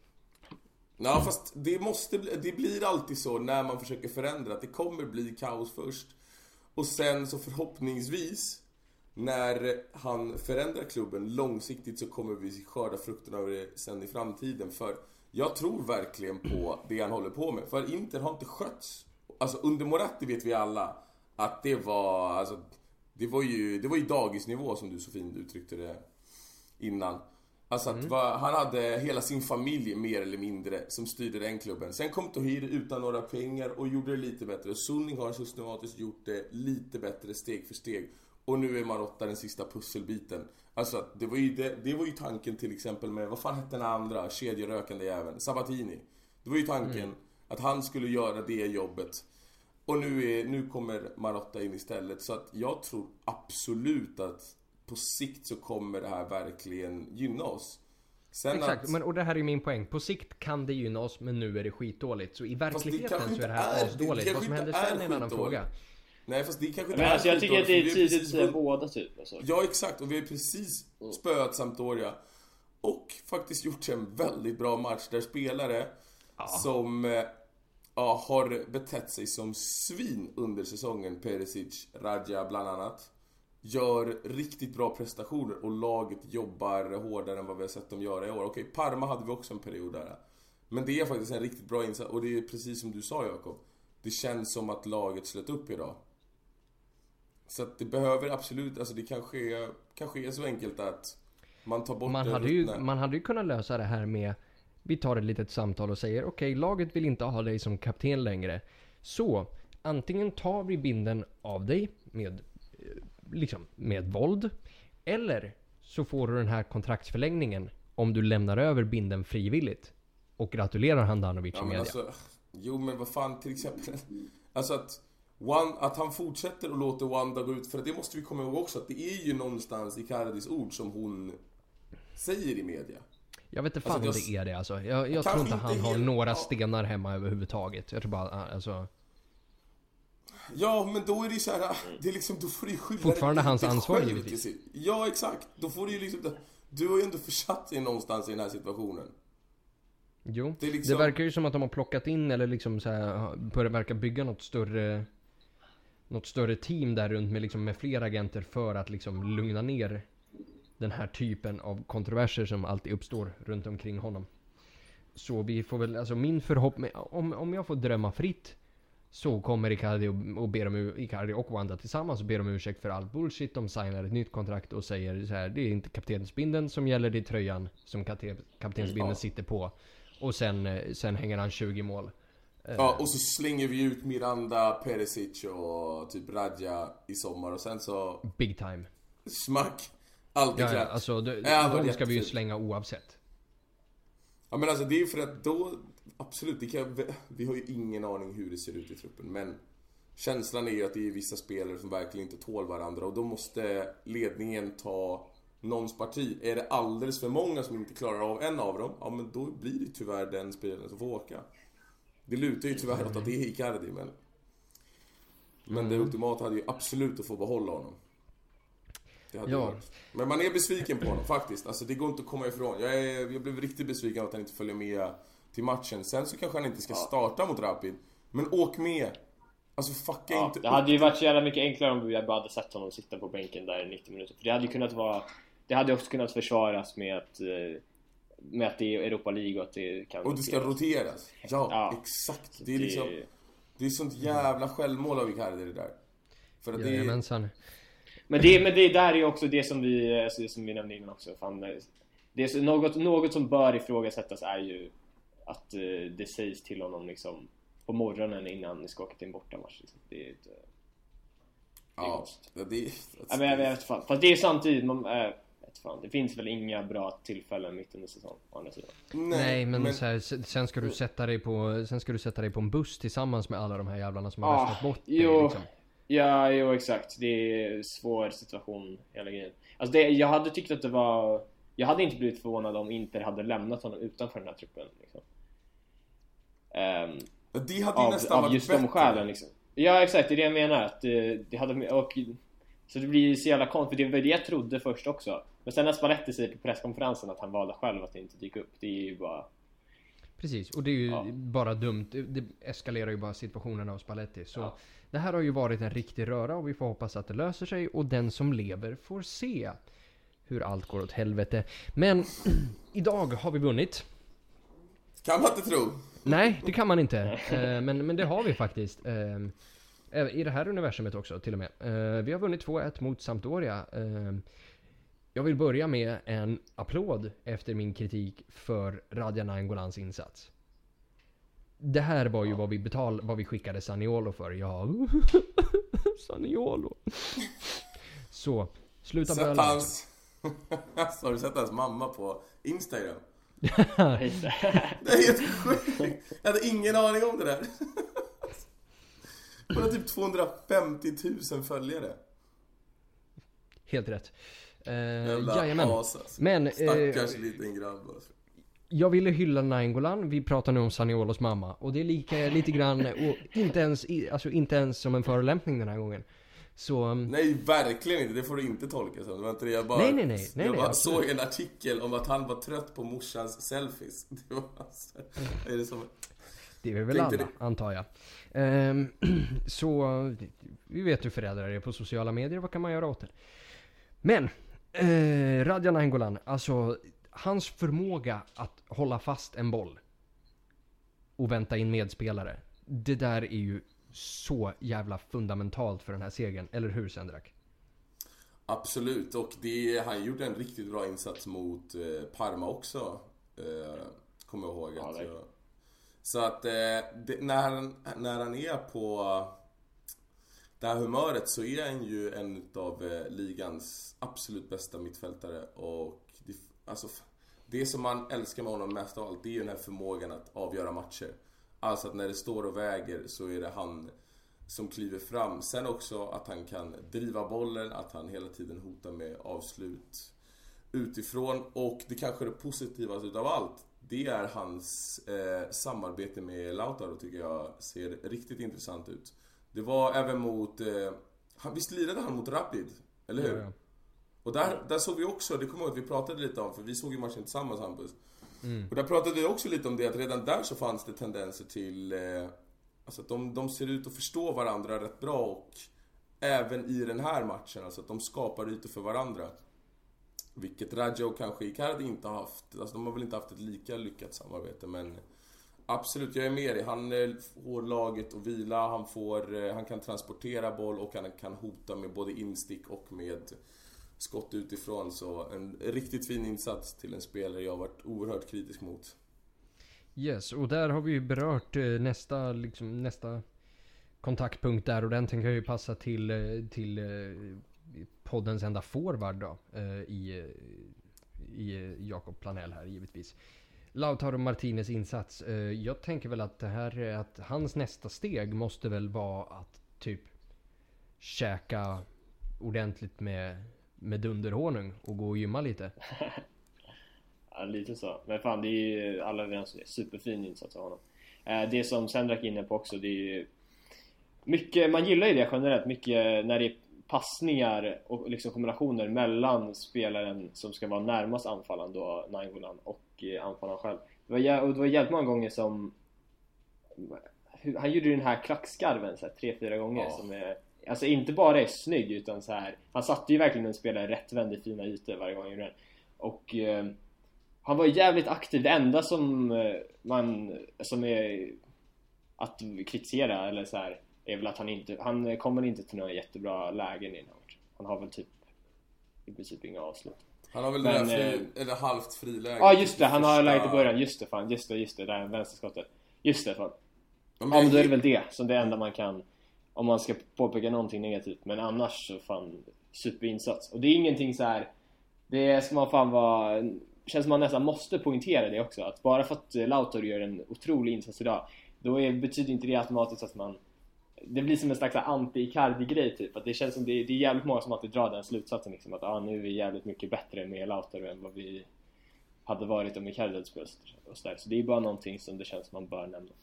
Ja, fast det måste bli, det blir alltid så när man försöker förändra, att det kommer bli kaos först. Och sen så förhoppningsvis, när han förändrar klubben långsiktigt, så kommer vi skörda frukterna av det sen i framtiden. För jag tror verkligen på det han håller på med. För Inter har inte skötts. Alltså under Moratti vet vi alla att det var, alltså, det var ju, det var ju dagisnivå, som du så fint uttryckte det innan. Alltså att va, han hade hela sin familj mer eller mindre som styrde den klubben. Sen kom Tohir utan några pengar och gjorde det lite bättre. Sunning har systematiskt gjort det lite bättre steg för steg. Och nu är Marotta den sista pusselbiten. Alltså att det var ju, det, det var ju tanken till exempel med, vad fan hette den andra kedjerökande jäveln? Sabatini. Det var ju tanken mm. att han skulle göra det jobbet. Och nu, är, nu kommer Marotta in istället. Så att jag tror absolut att på sikt så kommer det här verkligen gynna oss. Sen Exakt, att, men, och det här är min poäng. På sikt kan det gynna oss, men nu är det skitdåligt. Så i verkligheten kanske så är det inte här är- det asdåligt. Vad kanske som händer inte är sen är en annan skitdåligt. fråga. Nej, fast det kanske inte Men är alltså, jag tycker att det skitdåligt, är för vi har tidigt att precis säga vunnit- båda typ alltså. Ja, exakt. Och vi har precis spöat Sampdoria. Och faktiskt gjort en väldigt bra match där spelare som eh, ja, har betett sig som svin under säsongen, Perisic, Radja bland annat, gör riktigt bra prestationer och laget jobbar hårdare än vad vi har sett dem göra i år. Okej, Parma hade vi också en period där. Men det är faktiskt en riktigt bra insats. Och det är precis som du sa, Jakob. Det känns som att laget slöt upp idag. Så att det behöver absolut, alltså det kanske är, kanske är så enkelt att man tar bort Man det hade, ju, ruttna. man hade ju kunnat lösa det här med, vi tar ett litet samtal och säger okej, laget vill inte ha dig som kapten längre. Så, antingen tar vi binden av dig med, eh, liksom, med våld. Eller så får du den här kontraktsförlängningen om du lämnar över binden frivilligt. Och gratulerar Handanovic ja, i men media. alltså, jo men vad fan till exempel. Alltså att, One, att han fortsätter och låter Wanda gå ut. För det måste vi komma ihåg också. Att det är ju någonstans i Icardis ord som hon säger i media. Jag vet inte fan alltså, om det är det alltså. Jag, jag tror inte han inte har helt, några ja. stenar hemma överhuvudtaget. Jag tror bara, alltså... Ja, men då är det så här, det är liksom, då får du ju skylla fortfarande dig hans ansvar själv, givetvis. Ja, exakt. Då får du ju liksom, du har ju ändå försatt dig någonstans i den här situationen. Jo, det, liksom... det verkar ju som att de har plockat in eller liksom så här, börjar verka bygga något större något större team där runt med liksom med fler agenter för att liksom lugna ner den här typen av kontroverser som alltid uppstår runt omkring honom. Så vi får väl, alltså min förhoppning, om, om jag får drömma fritt, så kommer Icardi och, och ber om Icardi och Wanda tillsammans och ber om ursäkt för allt bullshit. De signar ett nytt kontrakt och säger så här: det är inte kaptensbindeln som gäller, det är tröjan som kapten, kaptensbindeln ja. sitter på. Och sen, sen hänger han tjugo mål. Ja, och så slänger vi ut Miranda, Perisic och typ Radja i sommar. Och sen så... Big time. Smack. Allt är ja, klart. Ja, alltså de, ja, de ska vi ju slänga oavsett. Ja, men alltså det är ju för att då... Absolut, det kan, vi har ju ingen aning hur det ser ut i truppen. Men känslan är ju att det är vissa spelare som verkligen inte tål varandra. Och då måste ledningen ta någons parti. Är det alldeles för många som inte klarar av en av dem, ja men då blir det tyvärr den spelaren som får åka. Det lutar ju tyvärr åt att det är Icardi, men Men det ultimata hade ju absolut att få behålla honom. Det hade ja. varit. Men man är besviken på honom faktiskt. Alltså det går inte att komma ifrån. Jag, är, jag blev riktigt besviken att han inte följer med till matchen. Sen så kanske han inte ska starta mot Rapid. Men åk med. Alltså fucka ja, inte. Det hade ju varit så jävla mycket enklare om vi bara hade sett honom sitta på bänken där i nittio minuter. För det hade ju kunnat vara, det hade också kunnat försvaras med att med att det är Europa League och att det kan och det ska roteras. Ja, ja. exakt. Det är liksom det, det är sånt jävla självmål av Icardi det där. För att ja, det är... mensan. Men det men det där är ju också det som vi alltså det som vi nämnde innan också. Fan, det är så, något något som bör ifrågasättas är ju att uh, det sägs till honom liksom på morgonen innan ni ska åka till en bortamatch liksom. Det är ett, uh, ja, det är det är, ja, men jag vet fan. Fast det är samtidigt man äh, vet fan. Det finns väl inga bra tillfällen mitt under säsong å andra sidan. Nej, Nej men, men... Så här, sen ska du sätta dig på sen ska du sätta dig på en buss tillsammans med alla de här jävlarna som har ah, röstat bort dig, jo. liksom. Ja, jo exakt. Det är en svår situation hela grejen. Alltså det, jag hade tyckt att det var jag hade inte blivit förvånad om Inter hade lämnat honom utanför den här truppen liksom. Um, det hade av, nästan av just de skälen liksom. Ja exakt, det är det jag menar att det, det hade och, så det blir så jävla konstigt, för det var det jag trodde först också. Men sen när Spalletti säger på presskonferensen att han valde själv att det inte dyka upp, det är ju bara... Precis, och det är ju ja. bara dumt. Det eskalerar ju bara situationen av Spalletti. Så ja. Det här har ju varit en riktig röra och vi får hoppas att det löser sig. Och den som lever får se hur allt går åt helvete. Men idag har vi vunnit. Kan man inte tro. Nej, det kan man inte. men, men det har vi faktiskt. I det här universumet också till och med. Vi har vunnit två ett mot Sampdoria. Jag vill börja med en applåd efter min kritik för Radja Naingolans insats. Det här var ju vad vi betal, vad vi skickade Zaniolo för. Ja, Zaniolo. Så, sluta böla. Hans... Så har du sett hans mamma på Instagram? Det är helt sjukt. Jag hade ingen aning om det där. Hon har typ tvåhundrafemtio tusen följare. Helt rätt. Uh, Jävla as, alltså. Men stackars uh, liten grabb alltså. Jag ville hylla Nainggolan. Vi pratar nu om Zaniolos mamma. Och det är lika, lite grann och inte ens, alltså inte ens som en förolämpning den här gången. Så, nej, verkligen inte. Det får du inte tolka som. Det var inte det jag bara, nej, nej, nej, nej, jag nej, bara absolut. såg en artikel om att han var trött på morsans selfies. Det var alltså, är det som... Det är väl alla, det. Antar jag. Um, så vi vet hur föräldrar är på sociala medier. Vad kan man göra åt det? Men eh, Radja Nainggolan, alltså hans förmåga att hålla fast en boll och vänta in medspelare, det där är ju så jävla fundamentalt för den här segern, eller hur Sendrak? Absolut, och det, han gjorde en riktigt bra insats mot eh, Parma också, eh, kommer jag ihåg. Att, ja, så att eh, det, när, han, när han är på det här humöret så är han ju en av eh, ligans absolut bästa mittfältare. Och det, alltså, det som man älskar med honom mest av allt, det är ju den här förmågan att avgöra matcher. Alltså att när det står och väger så är det han som kliver fram. Sen också att han kan driva bollen, att han hela tiden hotar med avslut utifrån. Och det kanske är det positivaste utav allt, det är hans eh, samarbete med Lautaro, tycker jag ser riktigt intressant ut. Det var även mot eh, han, visst lirade han mot Rapid, eller hur? Ja, ja. Och där, där såg vi också, det kommer jag ihåg att vi pratade lite om, för vi såg ju matchen tillsammans, Hampus. Mm. Och där pratade vi också lite om det, att redan där så fanns det tendenser till eh, alltså att de, de ser ut att förstå varandra rätt bra. Och även i den här matchen, alltså att de skapar ytor för varandra. Vilket Raja och kanske Icardi inte har haft. Alltså de har väl inte haft ett lika lyckat samarbete. Men absolut, jag är med dig. Han får laget att vila. Han, får, han kan transportera boll och han kan hota med både instick och med skott utifrån. Så en riktigt fin insats till en spelare jag har varit oerhört kritisk mot. Yes, och där har vi ju berört nästa, liksom, nästa kontaktpunkt där. Och den tänker jag ju passa till, till poddens enda forward då, i, i Jakob Planell här givetvis. Lautaro Martinez insats. Jag tänker väl att det här, att hans nästa steg måste väl vara att typ käka ordentligt med, med dunderhonung och gå och gymma lite. Ja, lite så. Men fan, det är ju alla överens om det. Superfin insats av honom. Det som Sendrak är inne på också, det är ju mycket, man gillar ju det generellt mycket när det är passningar och liksom kombinationer mellan spelaren som ska vara närmast anfallaren då, Nainggolan, och anfallaren själv. Det var, och det var jävligt många gånger som han gjorde den här klackskarven så här, tre, fyra gånger ja. Som är, alltså inte bara är snygg utan så här, han satte ju verkligen en spelare rättvänd i fina ytor varje gång han gjorde den. Och eh, han var jävligt aktiv. Det enda som man som är att kritisera eller så här är väl att han inte han kommer inte till några jättebra lägen i den här matchen. Han har väl typ i princip inga avslut. Han har väl men, fri, äh, eller halvt friläge. Ja, just det. Han har läget i början. Just det, fan. Just det, just det. Där vänsterskottet. Just det, fan. Ja, men då är det väl det som det enda man kan, om man ska påpeka någonting negativt. Men annars så fan superinsats. Och det är ingenting så här. Det ska man fan vara, känns som man nästan måste poängtera det också, att bara för att Lautaro gör en otrolig insats idag, då är, betyder inte det automatiskt att man, det blir som en slags anti-Icardi-grej typ, att det känns som det, det är jävligt många som alltid drar den slutsatsen liksom, att ah, nu är vi jävligt mycket bättre med Lautaro än vad vi hade varit om Icardi hade spelat och så där. Så det är bara någonting som det känns som man bör nämna.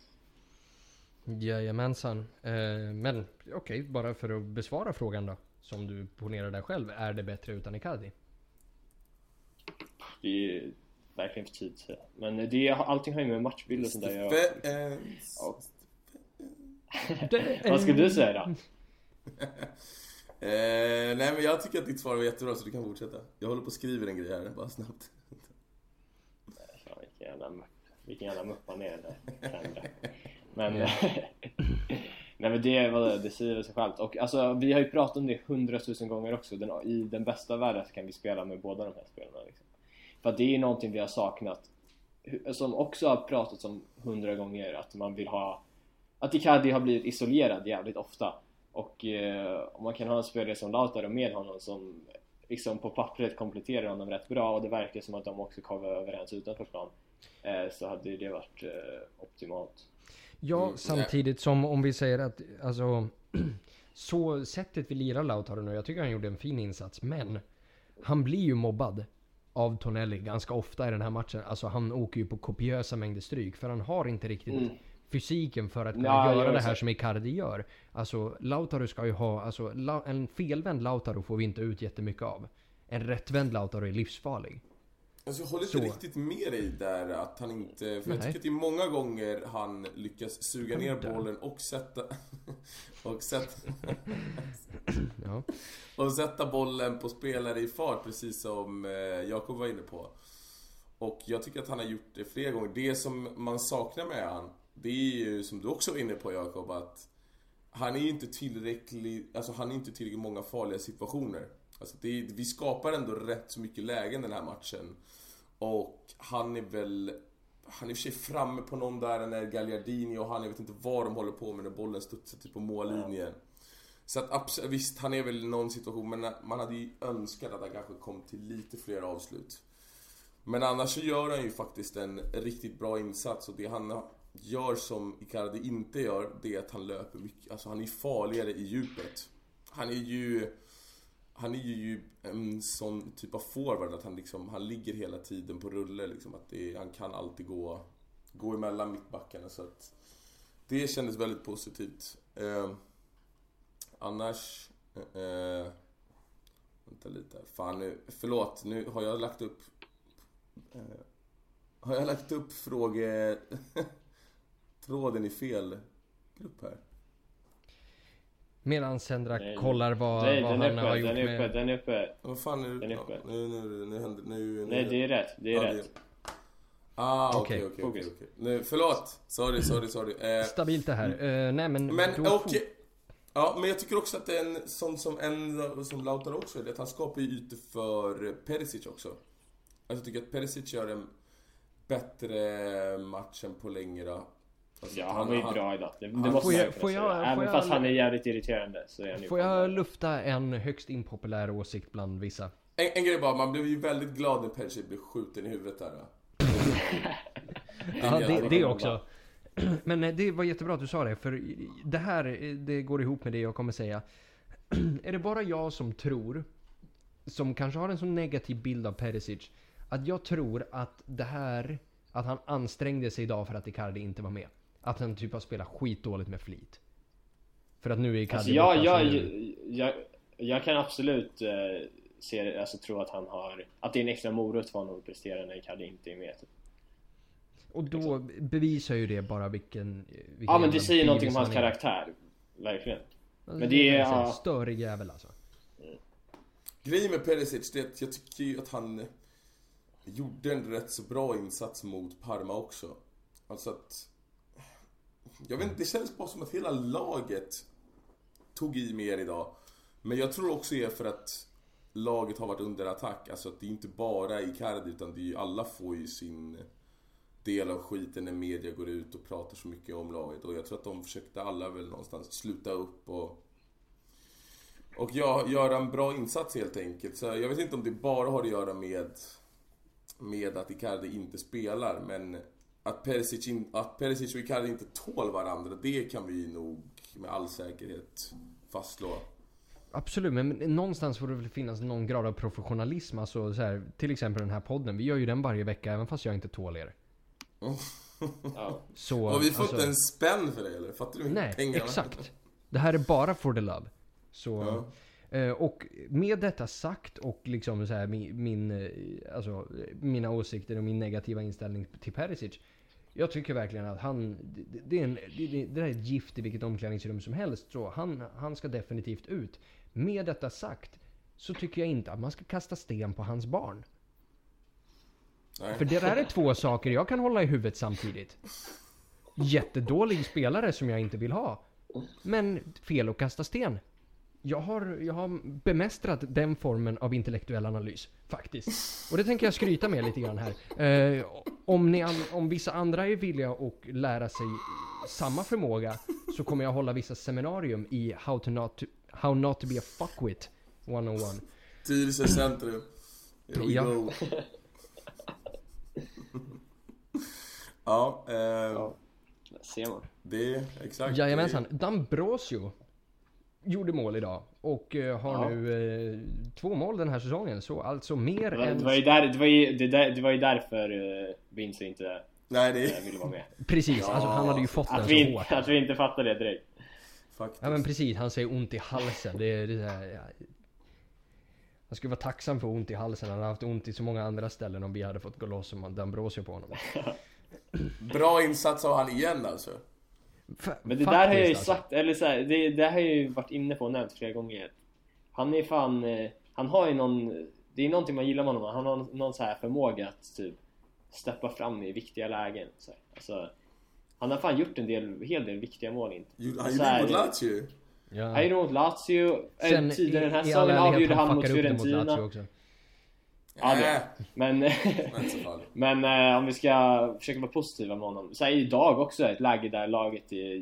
Jajamensan. Eh, men okej, okay, bara för att besvara frågan då, som du ponerar där själv, är det bättre utan Icardi? Det är verkligen för tid. Men det är, allting har ju med matchbild och sånt där. Jag, ja. Vad ska du säga då? eh, nej men jag tycker att ditt svar var jättebra, så du kan fortsätta. Jag håller på att skriva en grej här, bara snabbt. Fan, vilken jävla mupp. Vilken jävla mupp man är där. Men nej men det, vad, det säger sig självt. Och alltså, vi har ju pratat om det hundratusen gånger också. Den, i den bästa världen kan vi spela med båda de här spelarna liksom. För att det är någonting vi har saknat, som också har pratats om hundra gånger, att man vill ha, att Icardi har blivit isolerad jävligt ofta. Och eh, om man kan ha en spelare som Lautaro med honom som liksom på pappret kompletterar honom rätt bra, och det verkar som att de också kommer överens utanför plan, eh, så hade det varit eh, optimalt. Ja, samtidigt som om vi säger att alltså, så sättet vi lirar Lautaro nu, jag tycker han gjorde en fin insats, men han blir ju mobbad av Tonelli ganska ofta i den här matchen. Alltså han åker ju på kopiösa mängder stryk, för han har inte riktigt mm. fysiken för att kunna ja, göra det här som Icardi gör. Alltså Lautaro ska ju ha, alltså en felvänd Lautaro får vi inte ut jättemycket av. En rättvänd Lautaro är livsfarlig. Alltså jag håller inte så. riktigt med dig där att han inte, för Nej. jag tycker att det är många gånger han lyckas suga ner bollen och sätta och sätta ja. och sätta bollen på spelare i fart, precis som eh, Jakob var inne på. Och jag tycker att han har gjort det flera gånger. Det som man saknar med han, det är ju som du också var inne på, Jakob, att han är ju inte tillräckligt, alltså han är inte tillräckligt många farliga situationer. Alltså det, vi skapar ändå rätt så mycket lägen den här matchen. Och han är väl, han är i och för sig framme på någon där när Gagliardini och han, jag vet inte vad de håller på med när bollen studsar typ på mållinjen. Så att absolut, visst, han är väl i någon situation, men man hade ju önskat att han kanske kom till lite fler avslut. Men annars så gör han ju faktiskt en riktigt bra insats, och det han gör som Icardi inte gör, det är att han löper mycket. Alltså han är farligare i djupet. Han är ju han är ju en sån typ av forward att han liksom han ligger hela tiden på rulle liksom, att det, han kan alltid gå gå emellan mittbackarna, så att det kändes väldigt positivt. Eh, annars eh, vänta lite. Fan nu, förlåt, nu har jag lagt upp eh, har jag lagt upp fråge tråden i fel grupp här. Medan Sendra Nej, kollar vad, nej, vad han uppe, har gjort den är uppe, med... Den är uppe. Vad fan är Den är ja, uppe. nu, nu, nu händer nu, Nej, det är rätt. Det är ja, rätt. Det... Ah, okej, Okej. okej, okej. Nu, förlåt. Sorry, sorry, sorry. Eh, Stabilt det här. Uh, nej men... men då okej. Okay. Ja, men jag tycker också att det är en sån som en som Lautaro också är det, att han skapar ju ytor för Perisic också. Alltså jag tycker att Perisic gör en bättre match än på längre. Alltså, Ja, han, han var ju han, bra idag. Det, det han- måste Får man jag- ju kunna får säga. jag- Även får jag- fast han är jävligt irriterande så är han ju Får fan jag bra. lufta en högst impopulär åsikt bland vissa? en, en grej bara, man blev ju väldigt glad när Perisic blev skjuten i huvudet där. Då. Ja, är det, jävla det bra. också. Men eh, det var jättebra att du sa det, för det här, eh, det går ihop med det jag kommer säga. Är det bara jag som tror, som kanske har en så negativ bild av Perisic, att jag tror att det här, att han ansträngde sig idag för att Icardi inte var med? Att han typ har spelat skitdåligt med flit. För att nu är Icardi Alltså, jag, borta, jag, så nu- jag, jag kan absolut eh, se, alltså, tro att han har, att det är en extra morot för honom att prestera när Icardi inte är med. Och då bevisar ju det bara vilken... vilken Ja, men det jävla säger någonting om bibis hans han är. karaktär. Verkligen. Alltså, Men det är- en ja. störig jävel alltså. Grejen med Perisic, det är att jag tycker ju att han gjorde en rätt så bra insats mot Parma också. Alltså att jag vet inte, det känns bara som att hela laget tog i mer idag. Men jag tror också det är för att laget har varit under attack. Alltså att det är inte bara Icardi, utan det är ju, alla får ju sin del av skiten när media går ut och pratar så mycket om laget. Och jag tror att de försökte alla väl någonstans sluta upp och Och jag göra en bra insats helt enkelt. Så jag vet inte om det bara har att göra med med att Icardi inte spelar, men att Perisic, in, att Perisic och Icardi inte tål varandra, det kan vi nog med all säkerhet fastslå. Absolut, men någonstans får det väl finnas någon grad av professionalism. Alltså så här, till exempel den här podden. Vi gör ju den varje vecka, även fast jag inte tål er. Ja. Så, Och vi får alltså, inte en spänn för det, eller? Fattar du hur mycket nej, pengar? exakt. Det här är bara for the love. Så, Ja. eh, och med detta sagt och liksom så här, min, min, eh, alltså, mina åsikter och min negativa inställning till Perisic. Jag tycker verkligen att han, det, det, är en, det, det det är ett gift i vilket omklädningsrum som helst. Så han, han ska definitivt ut. Med detta sagt så tycker jag inte att man ska kasta sten på hans barn. Nej. För det där är två saker jag kan hålla i huvudet samtidigt. Jättedålig spelare som jag inte vill ha. Men fel att kasta sten. Jag har, jag har bemästrat den formen av intellektuell analys, faktiskt. Och det tänker jag skryta med lite grann här. Eh, om, ni, an- om vissa andra är villiga att lära sig samma förmåga, så kommer jag hålla vissa seminarium i How, to not, to, how not to be a fuckwit etthundraett. Tyresö centrum. Here we Ja. go. Ja, eh, Ja. Där ser man. det är exakt. Jajamensan, D'Ambrosio gjorde mål idag och eh, har Ja. nu eh, två mål den här säsongen. Så alltså mer Det var, än... det var ju där, det var ju, det där, det var ju därför uh, Vince inte Nej, det uh, är ville vara med. Precis, Ja. alltså han hade ju fått den Att så vi, hårt. inte, att vi inte fattade det direkt. faktiskt. Ja men precis, han säger ont i halsen. Det är, det är så här, ja. Han skulle vara tacksam för ont i halsen. Han hade haft ont i så många andra ställen om vi hade fått gå loss som D'Ambrosio på honom. Bra insats av han igen alltså. F- Men det där har jag ju faktiskt, alltså. sagt, eller så här, det, det har jag ju varit inne på och nämnt flera gånger. Han är fan, eh, han har ju någon, det är någonting man gillar med honom. Han har någon, någon så här förmåga att typ steppa fram i viktiga lägen. Så här. Alltså, han har fan gjort en del, hel del viktiga mål inte. Ju- Han Så gjorde här, mot Lazio. Ja. Han gjorde mot Lazio, Sen eh, tidigare den här i- i all säsongen ärlighet, avgjorde han mot fuckar upp det Fiorentina. Lazio också. Ja, det. Äh, Men, men inte så farligt. men eh, om vi ska försöka vara positiva med honom. Så här, idag också ett läge där laget är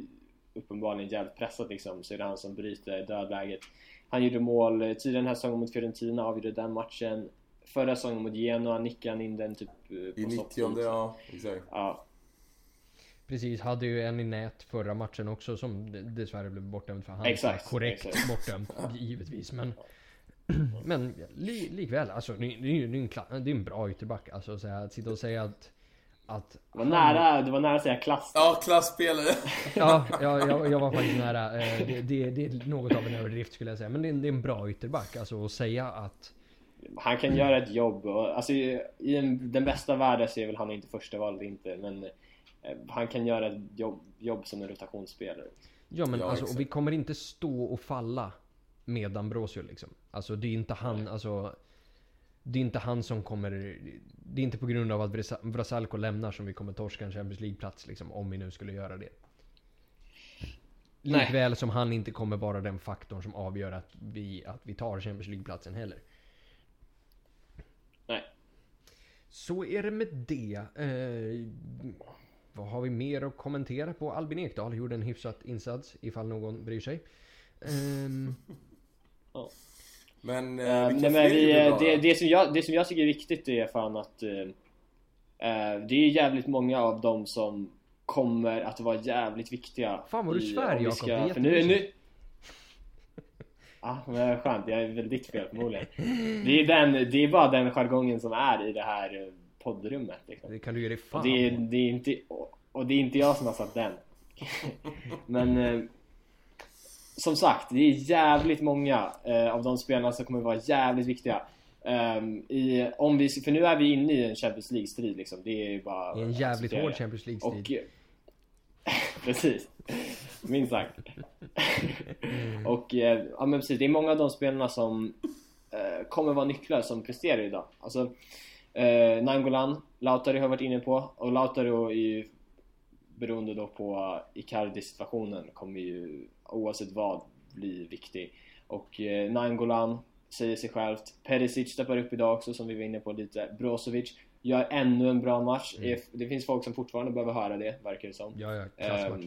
uppenbarligen jävligt pressat liksom, så är det han som bryter dödläget. Han gjorde mål tidigare den här säsongen mot Fiorentina, avgjorde den matchen. Förra säsongen mot Genoa nickade han in den typ på i nittionde, ja, exakt. Ja. Precis, hade ju en i nät förra matchen också som dessvärre blev bortdömd för han. Exakt, korrekt exakt. bortdömd, givetvis. Men, men li, likväl, alltså, det, det, är ju- det, är en kla- det är en bra ytterback. Alltså, så här, att sitta och säga att... att Det var nära, det var nära att säga klass. Ja, klassspelare. Ja, jag, jag, jag var faktiskt nära. Eh, Det, det, det är något av en överdrift skulle jag säga. Men det är, en- det är en bra ytterback. Alltså att säga att... Han kan göra ett jobb och, alltså, i i en, den bästa världen så är väl han inte första valet inte, men eh, han kan göra ett jobb, jobb som en rotationsspelare. Ja, men Ja, alltså, exakt. och vi kommer inte stå och falla med Ambrosio liksom. Alltså det är inte han, alltså... Det är inte han som kommer... Det är inte på grund av att Vrasa- Vrasalko lämnar som vi kommer torska en Champions League-plats liksom, om vi nu skulle göra det. Nej. Likväl som han inte kommer vara den faktorn som avgör att vi, att vi tar Champions League-platsen heller. Nej. Så är det med det. Eh, vad har vi mer att kommentera på? Albin Ekdal gjorde en hyfsat insats, ifall någon bryr sig. Ehm, Ja. Men, Eh, eh, vilka nej, men fler vi, gjorde bra det, då? det, som jag, det som jag tycker är viktigt är fan att eh, eh, det är jävligt många av dem som kommer att vara jävligt viktiga. Fan vad du i- svär, om vi Jakob. ska- Det är för nu, jättemysigt. nu... Ja, men skönt. Jag är väl ditt fel förmodligen. Det är, den, det är bara den jargongen som är i det här eh, poddrummet liksom. det kan du ge dig fan Och det, är, på. det är inte, och det är inte jag som har satt den. Men eh, som sagt, det är jävligt många eh, av de spelarna som kommer vara jävligt viktiga. Um, i, om vi, för nu är vi inne i en Champions League-strid liksom. Det är bara Det är en jävligt acceptera hård det. Champions League-strid. Och precis, minst sagt. Och eh, ja, men precis, det är många av de spelarna som eh, kommer vara nycklar som presterar idag. Alltså eh, Nainggolan, Lautaro har varit inne på, och Lautaro är ju beroende då på Icardi-situationen kommer ju oavsett vad bli viktig. Och eh, Nainggolan säger sig självt. Perisic steppar upp idag också, som vi var inne på lite. Brozovic gör ännu en bra match. Mm. Det finns folk som fortfarande behöver höra det, verkar det som. Ja, ja, klassmatch.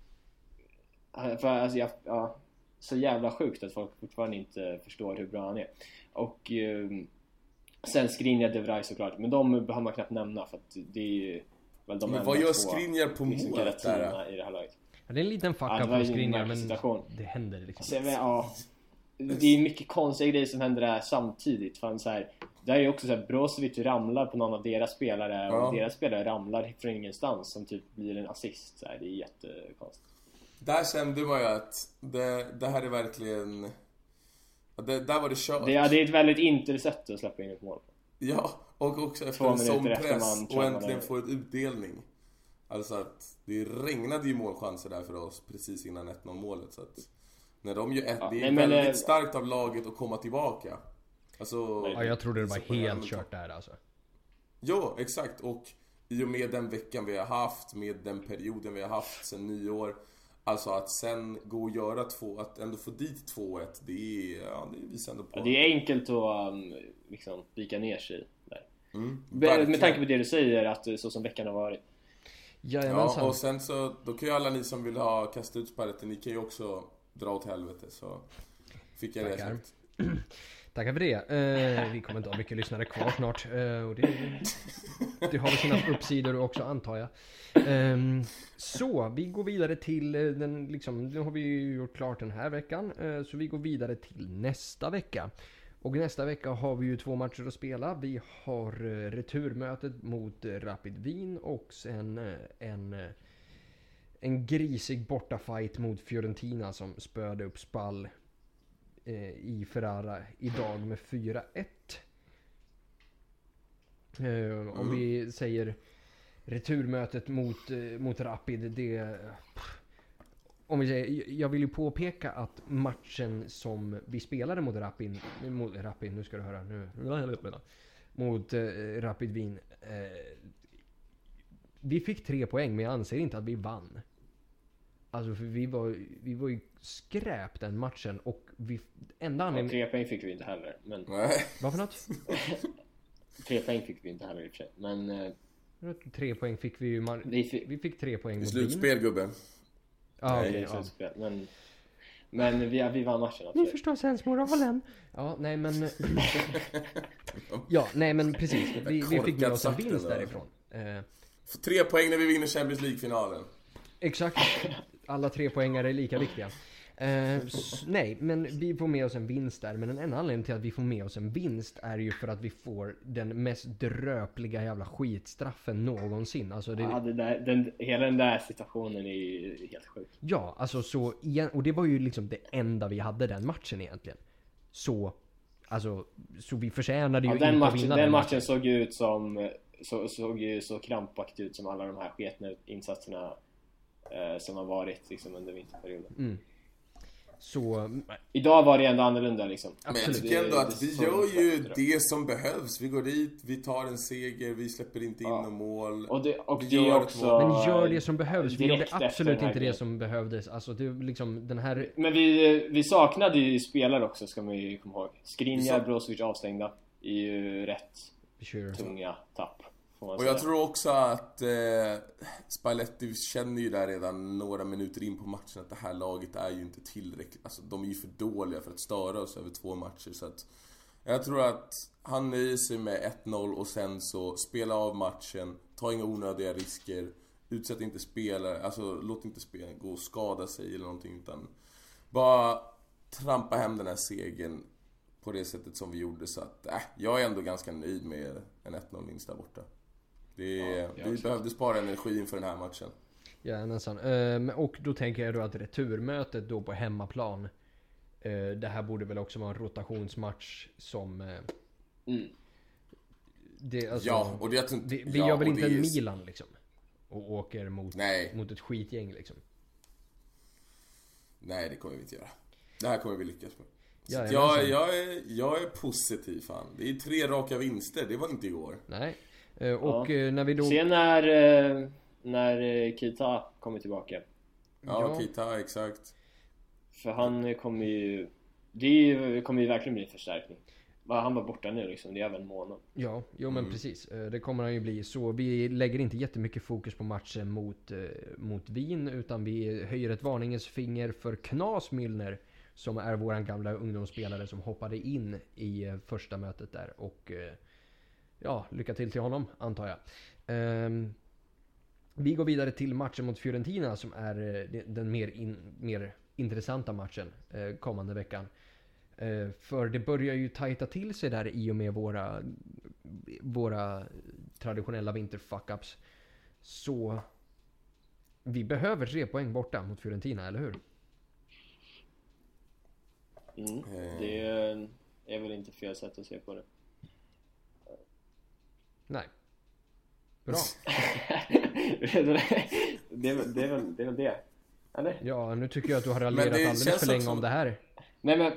Ehm, för alltså, jag, ja, så jävla sjukt att folk fortfarande inte förstår hur bra han är. Och ehm, sen Skriniar, De Vrij såklart. Men de behöver man knappt nämna, för att det är ju väl de Men enda vad gör två, Skriniar på liksom, målet där? garanterna i det här laget. Ja, det är en liten fuck Ja, det up var på ju en Skriniar, märklig men situation. det händer liksom. Så, men, ja, det är mycket konstiga grejer som händer där samtidigt. Fan, så här, där är ju också så här, Brozovic ramlar på någon av deras spelare, Ja. och deras spelare ramlar från ingenstans som typ blir en assist. Så här, det är jättekonstigt. Där kände man ju att det, det här är verkligen... Det, där var det kört. Det, ja, det är ett väldigt intressant sätt att släppa in ett mål. Ja, och också efter Två en sån minuter efter man press tror och man äntligen är- få ett utdelning. Alltså att det regnade ju målchanser där för oss precis innan ett noll målet. Så att när de gör ett, Ja, det är nej, men, väldigt eh, starkt av laget att komma tillbaka. Alltså, Ja, jag trodde det var så på helt den- kört där alltså. Ja, exakt. Och i och med den veckan vi har haft, med den perioden vi har haft sen nyår. Alltså att sen gå och göra två, att ändå få dit två ett, det är, ja, det visar ändå på. Ja, det är enkelt att um, liksom vika ner sig där. Mm, Be- verkligen. med tanke på det du säger, att eh, så som veckan har varit. Jajamensan. Ja, och sen så, då kan ju alla ni som vill ha kasta ut spärret, ni kan ju också dra åt helvete, så fick jag det Tackar. sagt. Tackar för det. Eh, vi kommer inte ha mycket lyssnare kvar snart. Eh, och det, det har väl sina uppsidor också, antar jag. Ehm, så, vi går vidare till eh, den, liksom, nu har vi ju gjort klart den här veckan. Eh, så vi går vidare till nästa vecka. Och nästa vecka har vi ju två matcher att spela. Vi har eh, returmötet mot eh, Rapid Wien och sen eh, en, eh, en grisig bortafight mot Fiorentina som spöade upp Spall eh, i Ferrara idag med fyra ett. Eh, om Mm. vi säger returmötet mot, eh, mot Rapid, det... Om vi säger, jag vill ju påpeka att matchen som vi spelade mot Rapid, mot Rapid, nu ska du höra, nu, mot eh, Rapid Wien, eh, vi fick tre poäng, men jag anser inte att vi vann. Alltså för vi var, vi var ju skräp den matchen, och vi, enda Ja, anledningen... tre poäng fick vi inte heller. Men Nej. Vad för något? tre poäng fick vi inte heller i och för sig. Men eh, Tre poäng fick vi ju, man, vi fick, vi fick tre poäng I mot Wien. slutspel, gubben. Ja, Nej, okej, i ja. slutspel. Men, men vi, vi vann matchen Ni absolut. förstår sensmoralen. Ja, nej men... ja, nej men precis. Vi, vi fick med oss en vinst därifrån. Eh, För tre poäng när vi vinner Champions League-finalen. exakt. Alla tre poängar är lika viktiga. Eh, s- nej, men vi får med oss en vinst där. Men en enda anledning till att vi får med oss en vinst är ju för att vi får den mest dröpliga jävla skitstraffen någonsin. Alltså det, Ja, det där, den, hela den där situationen är ju helt sjuk. ja, alltså så igen, och det var ju liksom det enda vi hade den matchen egentligen. Så, alltså, så vi förtjänade ju Ja, inte den, att matchen, vinna den den matchen såg ju ut som så, såg ju så krampaktigt ut som alla de här sketna insatserna eh, som har varit liksom under vinterperioden. Mm. Så, Idag var det ändå annorlunda liksom. Men jag absolut. tycker ändå Det- att det vi såg gör ju bättre. det som behövs. Vi går dit, vi tar en seger, vi släpper inte in Ja. någon mål. Och det, och Vi det gör är ett också... mål. Men gör det som behövs. Vi gjorde direkt efter absolut den här inte det grejen. som behövdes. Alltså det är liksom den här... Men vi, vi saknade ju spelare också, ska man ju komma ihåg. Vi Skriniar, sak- Brozovic avstängda är ju rätt Sure. tunga tapp, får man Och säga. jag tror också att eh, Spalletti känner ju där redan några minuter in på matchen att det här laget är ju inte tillräckligt. Alltså de är ju för dåliga för att störa oss över två matcher. Så att jag tror att han nöjer sig med ett noll och sen så spela av matchen, ta inga onödiga risker, utsätt inte spelare, alltså låt inte spelaren gå och skada sig eller någonting, utan bara trampa hem den här segern på det sättet som vi gjorde. Så att äh, jag är ändå ganska nöjd med en ett noll vinst där borta. Det, Ja, jag vi också. behövde spara energi inför den här matchen. Ja, nästan. Ehm, och då tänker jag då att returmötet då på hemmaplan. eh, det här borde väl också vara en rotationsmatch som... eh, Mm. det, alltså, Ja, och det, jag tror, vi vi ja, gör väl och inte det en är- Milan liksom. Och åker mot, Nej. mot ett skitgäng liksom. Nej, det kommer vi inte göra. Det här kommer vi lyckas med. Så Ja, att jag jag, är jag, är, jag är positiv fan. Det är tre raka vinster, det var inte igår. Nej. Eh, och Ja. eh, när vi då... Se när, eh, när eh, Keita kommer tillbaka. Ja, Ja. Keita, exakt. För han kommer ju... Det är ju, kommer ju verkligen bli en förstärkning. Va, Han var borta nu liksom, det är även en månad. Ja, jo men Mm. precis. Eh, Det kommer han ju bli. Så vi lägger inte jättemycket fokus på matchen mot, eh, mot Wien. Utan vi höjer ett varningens finger för Knas Müllner. Som är våran gamla ungdomsspelare som hoppade in i eh, första mötet där. Och eh, ja, lycka till till honom antar jag. Ehm, vi går vidare till matchen mot Fiorentina som är eh, de- den mer, in, mer intressanta matchen eh, kommande veckan. Eh, för det börjar ju tajta till sig där i och med våra, våra traditionella vinterfuck-ups. Så vi behöver tre poäng borta mot Fiorentina, eller hur? Mm. Eh. Det är väl inte fel sätt att se på det. Nej. Bra. det, är väl, det, är väl, det är väl det. Är väl det. Eller? Ja, nu tycker jag att du har Men raljerat det alldeles känns för länge också- om det här. Nej men,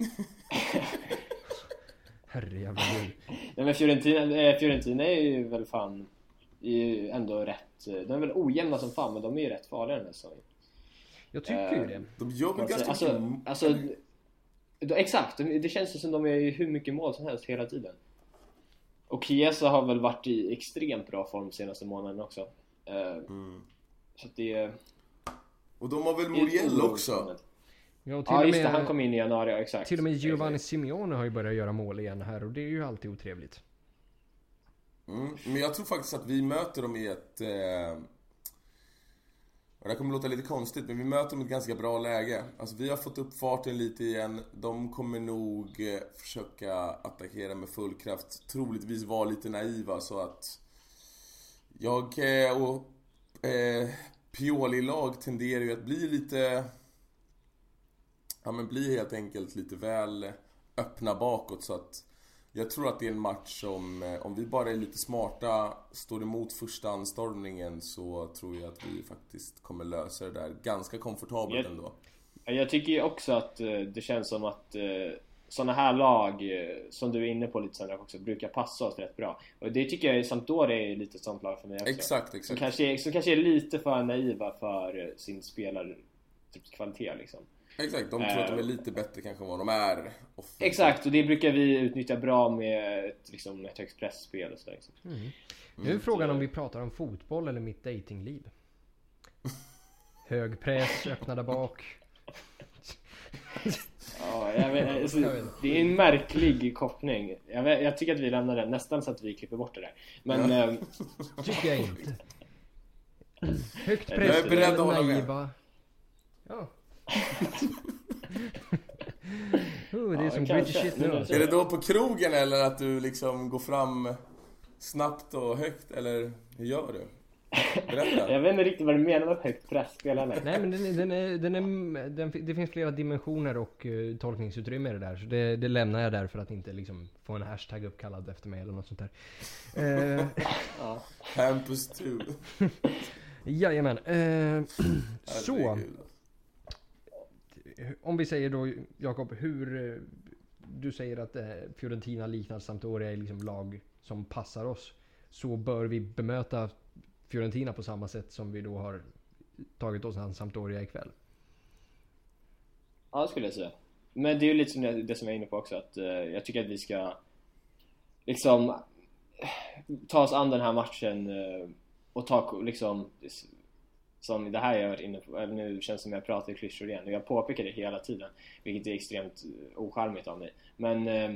Herrejävla gud. nej men Fiorentina, eh, Fiorentina är ju väl fan är ju ändå rätt. De är väl ojämna som fan, men de är ju rätt farliga den här säsongen. Jag tycker ju Eh, det. De gör väl ganska Alltså, mycket... alltså då, exakt, det det känns ju som de är ju hur mycket mål som helst hela tiden. Och Chiesa har väl varit i extremt bra form senaste månaden också. Eh, Mm. Så att det är... Och de har väl det är ett Muriel oroligt också. moment. Ja, och till, Ja och just det, med, han kom in i januari, ja, exakt. till och med Giovanni Exakt. Simeone har ju börjat göra mål igen här och det är ju alltid otrevligt. Mm. Men jag tror faktiskt att vi möter dem i ett... Eh... Och det här kommer låta lite konstigt, men vi möter dem i ett ganska bra läge. Alltså vi har fått upp farten lite igen. De kommer nog eh, försöka attackera med full kraft. Troligtvis vara lite naiva så att... Jag eh, och eh, Pioli-lag tenderar ju att bli lite... Ja men bli helt enkelt lite väl öppna bakåt, så att... Jag tror att det är en match som, eh, om vi bara är lite smarta, står emot första anstormningen, så tror jag att vi faktiskt kommer lösa det där ganska komfortabelt Jag- ändå. Ja, jag tycker ju också att eh, det känns som att eh, såna här lag, eh, som du är inne på lite senare också, brukar passa oss rätt bra. Och det tycker jag Sampdoria är lite ett sånt lag för mig också. Exakt, Som exakt. kanske, är, som kanske är lite för naiva för eh, sin spelare typ kvalitet liksom. Exakt, de tror att de är lite bättre kanske än vad de är. offensivt. Exakt, och det brukar vi utnyttja bra med ett, liksom, ett högt pressspel och sådär. Liksom. Mm. Nu är frågan om vi pratar om fotboll eller mitt datingliv. Hög press, öppna där bak. Ja, jag vet, alltså, det är en märklig koppling. Jag, vet, jag tycker att vi lämnar den nästan så att vi klipper bort det där. Men Ja. ähm, Tycker jag inte. Högt Jag press, är beredd att hålla med. naiva. Ja. Oh, det är Ja, som kanske. British shit nu. Men alltså. Är det då på krogen eller att du liksom går fram snabbt och högt, eller hur gör du? Berätta. jag vet inte riktigt vad du menar med högt pressspel eller? Nej, men den är, den är, den är, den, det finns flera dimensioner och uh, tolkningsutrymme i det där. Så det, det lämnar jag där för att inte liksom få en hashtag uppkallad efter mig eller något sånt där. Uh, Ja. Hampus two. jajamän. Uh, så, Herregud. om vi säger då, Jakob, hur eh, du säger att eh, Fiorentina liknar Sampdoria i liksom lag som passar oss, så bör vi bemöta Fiorentina på samma sätt som vi då har tagit oss an Sampdoria ikväll. Ja, det skulle jag säga. Men det är ju lite som det, det som jag är inne på också, att eh, jag tycker att vi ska liksom eh, ta oss an den här matchen eh, och ta liksom, som det här jag har varit inne på, eller nu känns det som jag pratar i klyschor igen och jag påpekar det hela tiden, vilket är extremt ocharmigt av mig. Men eh,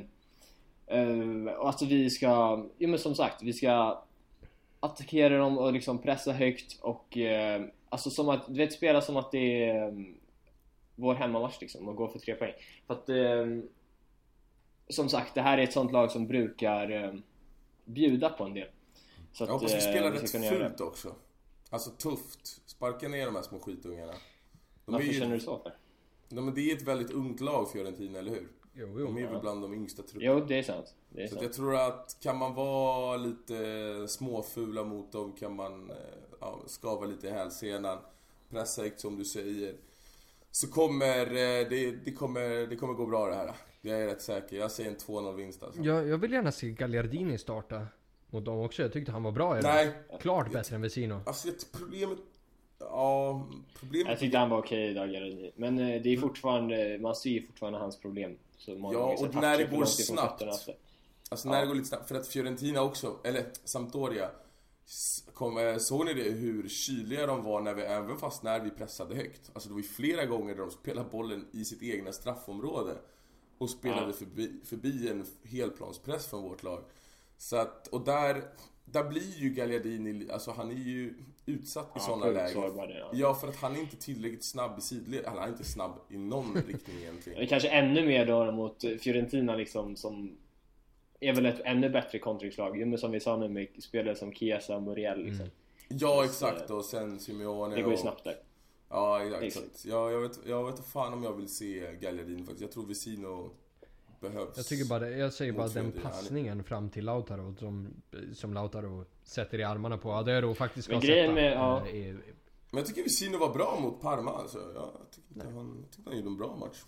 eh, alltså vi ska, ja men som sagt, vi ska attackera dem och liksom pressa högt och eh, alltså som att, du vet, spela som att det är eh, vår hemmamatch liksom och gå för tre poäng. För att eh, som sagt, det här är ett sånt lag som brukar eh, bjuda på en del. Så Jag att, hoppas vi spelar eh, vi rätt ska kunna göra fult också. Alltså tufft. Sparka ner de här små skitungarna. De Varför är ju, känner du så för? de, men det är ett väldigt ungt lag, Fiorentina, eller hur? Jo, De är jo. väl bland de yngsta trupperna. Jo, det är sant. Det är Så att sant. jag tror att kan man vara lite småfula mot dem, kan man eh, ja, skava lite i hälsenan, pressa högt som du säger, så kommer eh, det, det kommer det kommer gå bra det här. Jag är rätt säker. Jag säger en två noll vinst alltså. Jag, jag vill gärna se Gagliardini starta mot dem också. Jag tyckte han var bra. Eller? Nej. Klart bättre än Vesino. Alltså det problemet ja, problemet Jag tyckte han var okej idag, Gagliardini. Men eh, det är fortfarande, man ser ju fortfarande hans problem. Så många Ja, gånger så och touchar när det för går långt ifrån snabbt. fötterna, alltså. Alltså när Ja. det går lite snabbt, för att Fiorentina också, eller Sampdoria, kom, såg ni det hur kyliga de var när vi, även fast när vi pressade högt. Alltså det var ju flera gånger där de spelade bollen i sitt egna straffområde och spelade Ja. förbi, förbi en helplanspress från vårt lag. Så att, och där, där blir ju Gagliardini, alltså han är ju utsatt i Ja, sådana sjukt lägen. sårbar det, ja. Ja, för att han är inte tillräckligt snabb i sidled, han är inte snabb i någon riktning egentligen. Det är kanske ännu mer då mot Fiorentina liksom, som är väl ett ännu bättre kontringslag. Jo, men som vi sa nu med spelare som Chiesa och Muriel liksom. Ja, exakt, och sen Simeone. Det går ju och- snabbt där. Ja, exakt. Exakt. Ja, jag vet, jag vet fan om jag vill se Gagliardini faktiskt. Jag tror Vesino behövs. Jag tycker bara det, jag säger bara mot den Fiorentina. passningen fram till Lautaro som, som Lautaro sätter i armarna på Adero faktiskt ska Men grejen sätta. med- ja. eh, är- Men jag tycker Vesino var bra mot Parma alltså. Jag tycker inte han, jag tycker han gjorde en bra match.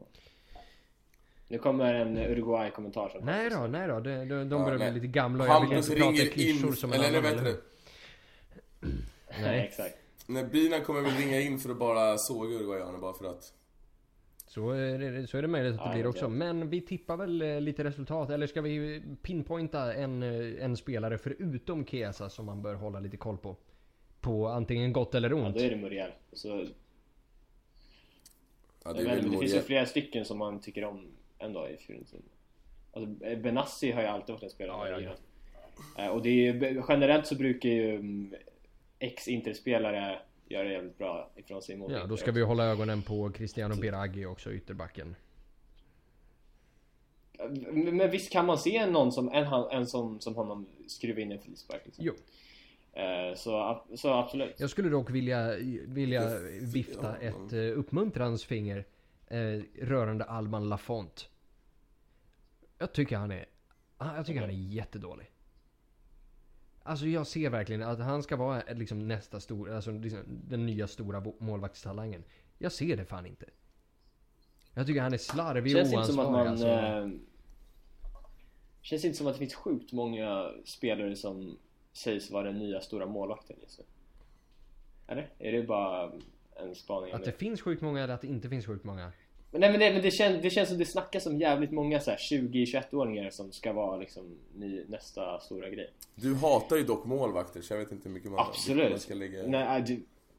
Nu kommer en Uruguay-kommentar som Nej då, nej då. De, de, de Ja, börjar nej. bli lite gamla och jag vill Hampus inte prata i ringer klyschor in, som en eller nej, annan. vet eller du. hur? Nej, Nej, exakt. Nej, Bina kommer väl ringa in för att bara såga Uruguayaner bara för att. så är det, så är det möjligt att det Ja, blir det också. är. Men vi tippar väl eh, lite resultat. Eller ska vi pinpointa en, eh, en spelare förutom Chiesa som man bör hålla lite koll på? På antingen gott eller Ja, ont. då är det Muriel. Så, Ja, jag det är vet, väl inte, det finns ju Muriel. flera stycken som man tycker om ändå i Fiorentina. Alltså, Benassi har ju alltid varit en spelare. Ja, ja, jag ja. gillar. Eh, Och det är ju, generellt så brukar ju mm, ex-interspelare göra det jävligt bra ifrån sig mot Ja, då Inter ska vi hålla ögonen på Cristiano Biraghi också, ytterbacken. Men men visst kan man se någon som, en, han- en som, som honom skruva in en frispark liksom. Jo. Eh, så, så absolut. Jag skulle dock vilja, vilja vifta ett uh, uppmuntrans finger eh, rörande Alban Lafont. Jag tycker han är ah, jag tycker han är jättedålig. Alltså jag ser verkligen att han ska vara eh, liksom nästa stora, alltså liksom den nya stora bo- målvaktstalangen. Jag ser det fan inte. Jag tycker han är slarvig och Känns inte som att oansvarig. man Alltså. eh, Känns inte som att det finns sjukt många spelare som sägs vara den nya stora målvakten just nu. Eller? Är det bara en spaning? Att det finns sjukt många eller att det inte finns sjukt många. Men nej, men det, men det, känns, det känns som det snackas om jävligt många så här tjugo till tjugoett-åringar som ska vara liksom ny, nästa stora grej. Du hatar ju dock målvakter, så jag vet inte hur mycket man, mycket man Absolut. ska lägga. Nej, du,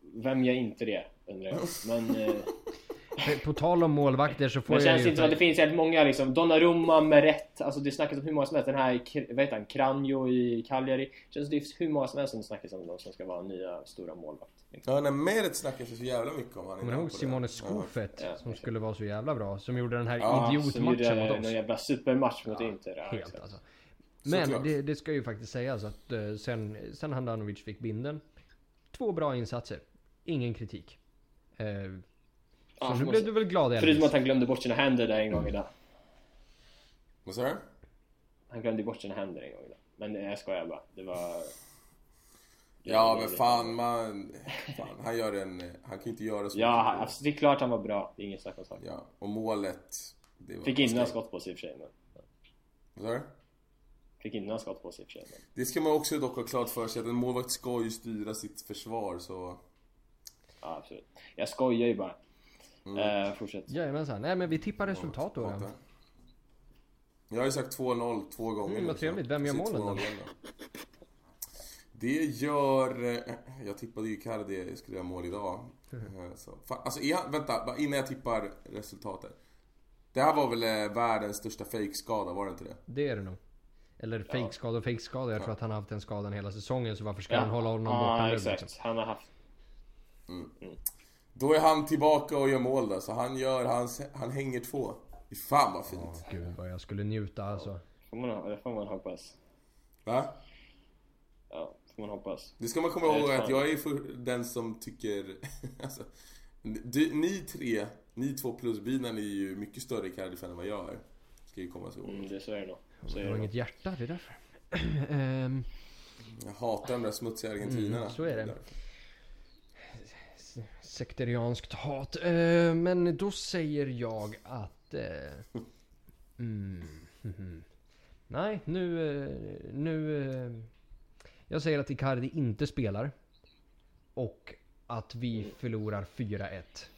vem gör inte det, undrar jag. Men eh, På tal om målvakter så får men jag känns ju... inte som att det finns helt många liksom. Donnarumma med rätt. Alltså det snackas om hur många som helst. Den här, vad heter han? Kranjo i Cagliari. Känns som det är hur många som helst som snackas om de som ska vara nya stora målvakt. Ja, när Meret snackas så jävla mycket om han. Men ihåg Simone Skofet Ja, som skulle vara så jävla bra. Som gjorde den här Ja, idiotmatchen mot oss. En jävla supermatch mot Ja, Inter. Ja, Helt exakt. alltså. Men Såklart. det, det ska ju faktiskt sägas att eh, sen, sen Handanovic fick binden. Två bra insatser. Ingen kritik. Eh, så Ja, nu måste- blev du väl glad Elvis? Förutom att han glömde bort sina händer där en gång idag. Vad sa du? Han glömde bort sina händer en gång idag. Men eh, jag skojar bara. Det var... Ja, men fan, man... Fan, han gör en... Han kan inte göra så Ja, mycket han- bra. alltså, det är klart han var bra. Det är ingen snack om saken. Ja, och målet... Det var Fick inte några skott på sig i och för sig. Men... Vad sa du? Fick inte några skott på sig i och för sig. Men... Det ska man också dock ha klart för sig att en målvakt ska ju styra sitt försvar, så... Ja, absolut. Jag skojar ju bara. Mm. Eh, fortsätt. Jajamensan. Nej men vi tippar resultat då. då. Hatar. Jag har ju sagt två noll två gånger. Mm, vad nu, trevligt. så- Vem gör så målen två noll då? igen då? Det gör... eh, Jag tippade ju Icardi skulle göra mål idag. Eh, Så. Fan, alltså, är han, vänta, bara innan jag tippar resultatet. Det här var väl eh, världens största fake-skada, var det inte det? Det är det nog. Eller fake-skada och fake-skada. Jag tror att han har haft den skadan hela säsongen. Så varför ska Ja. han hålla honom Ja, borta nu exakt. liksom? Han har haft... Då är han tillbaka och gör mål då. Så han gör, han, han hänger två. Fy Fan vad fint. Åh gud vad jag skulle njuta alltså. Får man, det får man hoppas. Va? Ja, får man hoppas. Det ska man komma ihåg att jag är för den som tycker... alltså, du, ni tre, ni två plus binan är ju mycket större Icardi-fan än vad jag är. Ska ju komma så ihåg. Mm, det så är det nog. Så är Jag det har nog. inget hjärta, det är därför. Ehm, Jag hatar de där smutsiga argentinarna. Mm, så är det. Sekterianskt hat. Eh, men då säger jag att... Eh, mm, mhm. Nej, nu... eh, nu eh, jag säger att Icardi inte spelar. Och att vi förlorar fyra ett.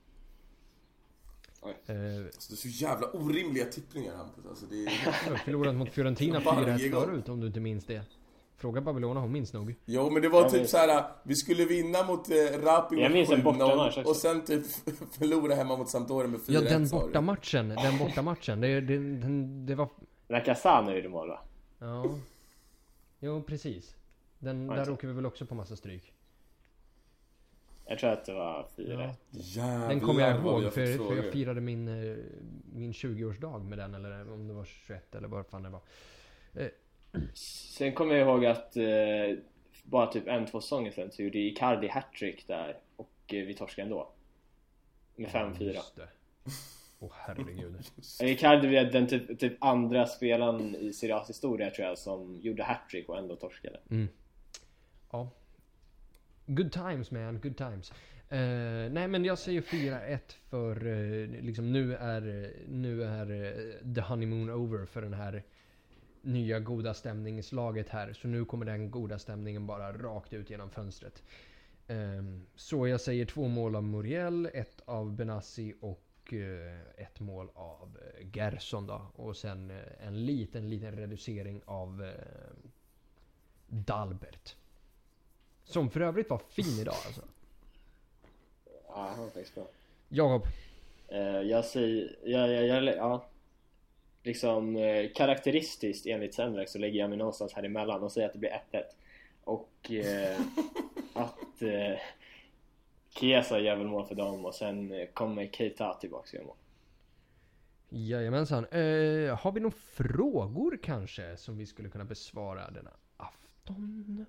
Oj. Eh, Alltså, det är så jävla orimliga tippningar, Hampus. Alltså, det är... vi har förlorat mot Fiorentina Varje fyra ett gång. förut, om du inte minns det. Fråga Babylona, hon minns nog. Jo, men det var Jag typ minns. så här. Vi skulle vinna mot eh, Rapi Jag med minns en sju noll bortamatch också. och sen typ förlora hemma mot Sampdoria med fyra Ja, ett. den sa du. bortamatchen. Den bortamatchen. Det, det, den, det var... Nakasano gjorde mål, va? Ja. Jo, precis. Den, Ja, där exakt. åker vi väl också på massa stryk. Jag tror att det var fyra ett. Jävlar, Den kommer jag vad vi ihåg har för, fått för frågor. jag firade min, eh, min tjugoårsdag med den. Eller om det var tjugoett eller vad fan det var. Eh, Sen kommer jag ihåg att eh, bara typ en, två säsonger sen så gjorde Icardi hattrick där. Och eh, vi torskade ändå. Med fem fyra. Just det. Åh herregud. Icardi är den typ, typ andra spelaren i Serie A's historia tror jag som gjorde hattrick och ändå torskade. Mm. Ja. Good times man, good times. Eh, nej men jag säger fyra ett för eh, liksom nu är, nu är eh, the honeymoon over för den här nya goda stämningslaget här. Så nu kommer den goda stämningen bara rakt ut genom fönstret. Eh, så jag säger två mål av Muriel, ett av Benassi och eh, ett mål av eh, Gerson då. Och sen eh, en liten, liten reducering av eh, Dalbert. Som för övrigt var fin idag alltså. Ja, han var faktiskt bra. Jakob. Eh, jag säger, jag, jag, jag, ja. Liksom eh, karaktäristiskt enligt Sendrak så lägger jag mig någonstans här emellan och säger att det blir ett ett. Och eh, att eh, Chiesa gör väl mål för dem och sen eh, kommer Keita tillbaka och gör mål. Jajamensan. Eh, har vi några frågor kanske som vi skulle kunna besvara denna afton?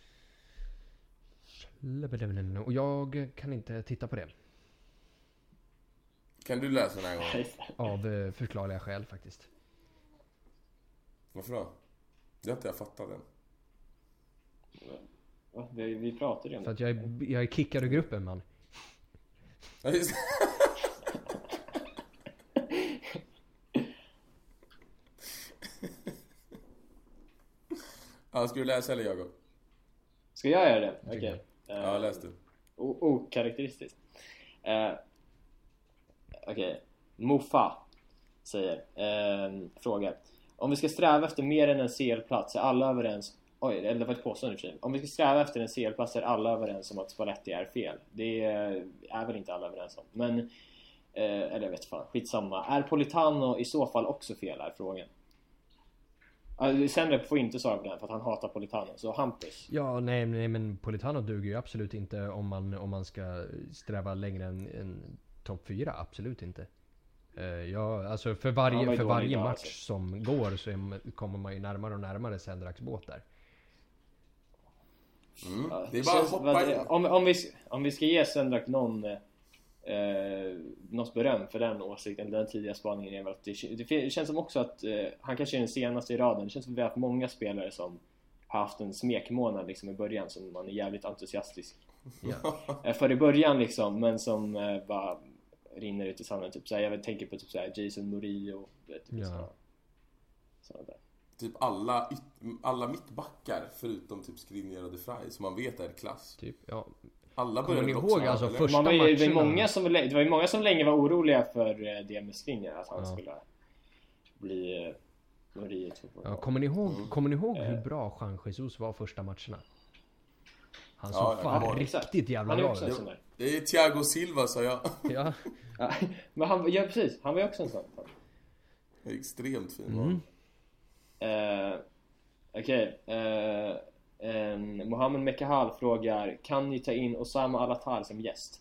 Och jag kan inte titta på det. Kan du läsa den här gången? Av eh, förklarliga skäl faktiskt. Varför då? Det har inte jag fattat än. Va? Vi, vi pratade ju om För det. att jag är, jag är kickad ur gruppen man. Ja, just det. Ja, ska du läsa eller Jakob? Ska jag göra det? Okej. tycker Okay. Ja, läs du. Okaraktäristiskt. Uh, Okej. Okay. Mofa säger, uh, frågar. Om vi ska sträva efter mer än en C L-plats är alla överens Oj, eller det var ett påstående i och för sig. Om vi ska sträva efter en C L-plats är alla överens om att Spalletti är fel. Det är väl inte alla överens om. Men, eh, eller jag vet fan, skitsamma. Är Politano i så fall också fel, är frågan. Alltså, Sendrak får inte svara på den för att han hatar Politano. Så Hampus. Ja, nej, nej men Politano duger ju absolut inte om man, om man ska sträva längre än, än topp fyra. Absolut inte. Uh, ja, alltså för varje, ja, för varje idag, match alltså. som går så är, kommer man ju närmare och närmare Sendraks båt där. Mm. Ja, det är bara att hoppa in. Om, om, vi, om vi ska ge Sendrak någon eh, något beröm för den åsikten, den tidiga spaningen är väl att det, det känns som också att eh, han kanske är den senaste i raden. Det känns som att vi har haft många spelare som har haft en smekmånad liksom i början som man är jävligt entusiastisk Ja. för i början liksom, men som eh, bara rinner ut i sanden typ såhär. Jag tänker på typ såhär Jason Murillo typ Ja. såhär, såhär där. Typ alla, yt- alla mittbackar förutom typ Skriniar och De Vrij som man vet är klass. Typ, ja. Alla Kommer ni börjar ihåg också, alltså eller? första Man var ju, det, var matcherna? många som, det var ju många som länge var oroliga för eh, det med Skriniar, att han Ja. skulle bli eh, Murillo två punkt noll. Ja, kommer ni ihåg, Mm. kommer ni ihåg hur Eh. bra Juan Jesus var första matcherna? Han Ja, såg jag fan kommer ihåg. riktigt jävla Han är bra också en ut. sån där. Det är Thiago Silva, sa jag. Ja. Ja, men han, ja precis, han var ju också en sån. Det är extremt fin. Mm. Eh, Okej, okay. eh, eh, Mohammed Mekahal frågar: kan ni ta in Osama Alatar som gäst?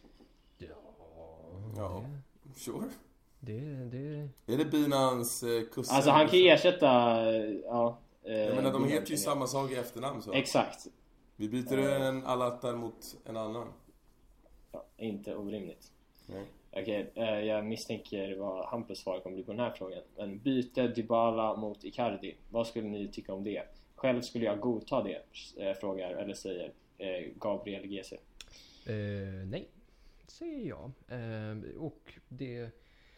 Ja, sure. Det, det... Är det Binans eh, kusin? Alltså han kan ju ersätta, eh, ja. Eh, Jag menar, de Binan, heter ju känner jag. samma sak i efternamn så. Exakt. Vi byter en Alatar mot en annan. Ja, inte orimligt. Nej. Okej, okay, eh, jag misstänker vad Hampus svar kommer bli på den här frågan. Men byte Dybala mot Icardi, vad skulle ni tycka om det? Själv skulle jag godta det, eh, frågar eller säger eh, Gabriel G C. Eh, nej, säger jag. Eh, och det...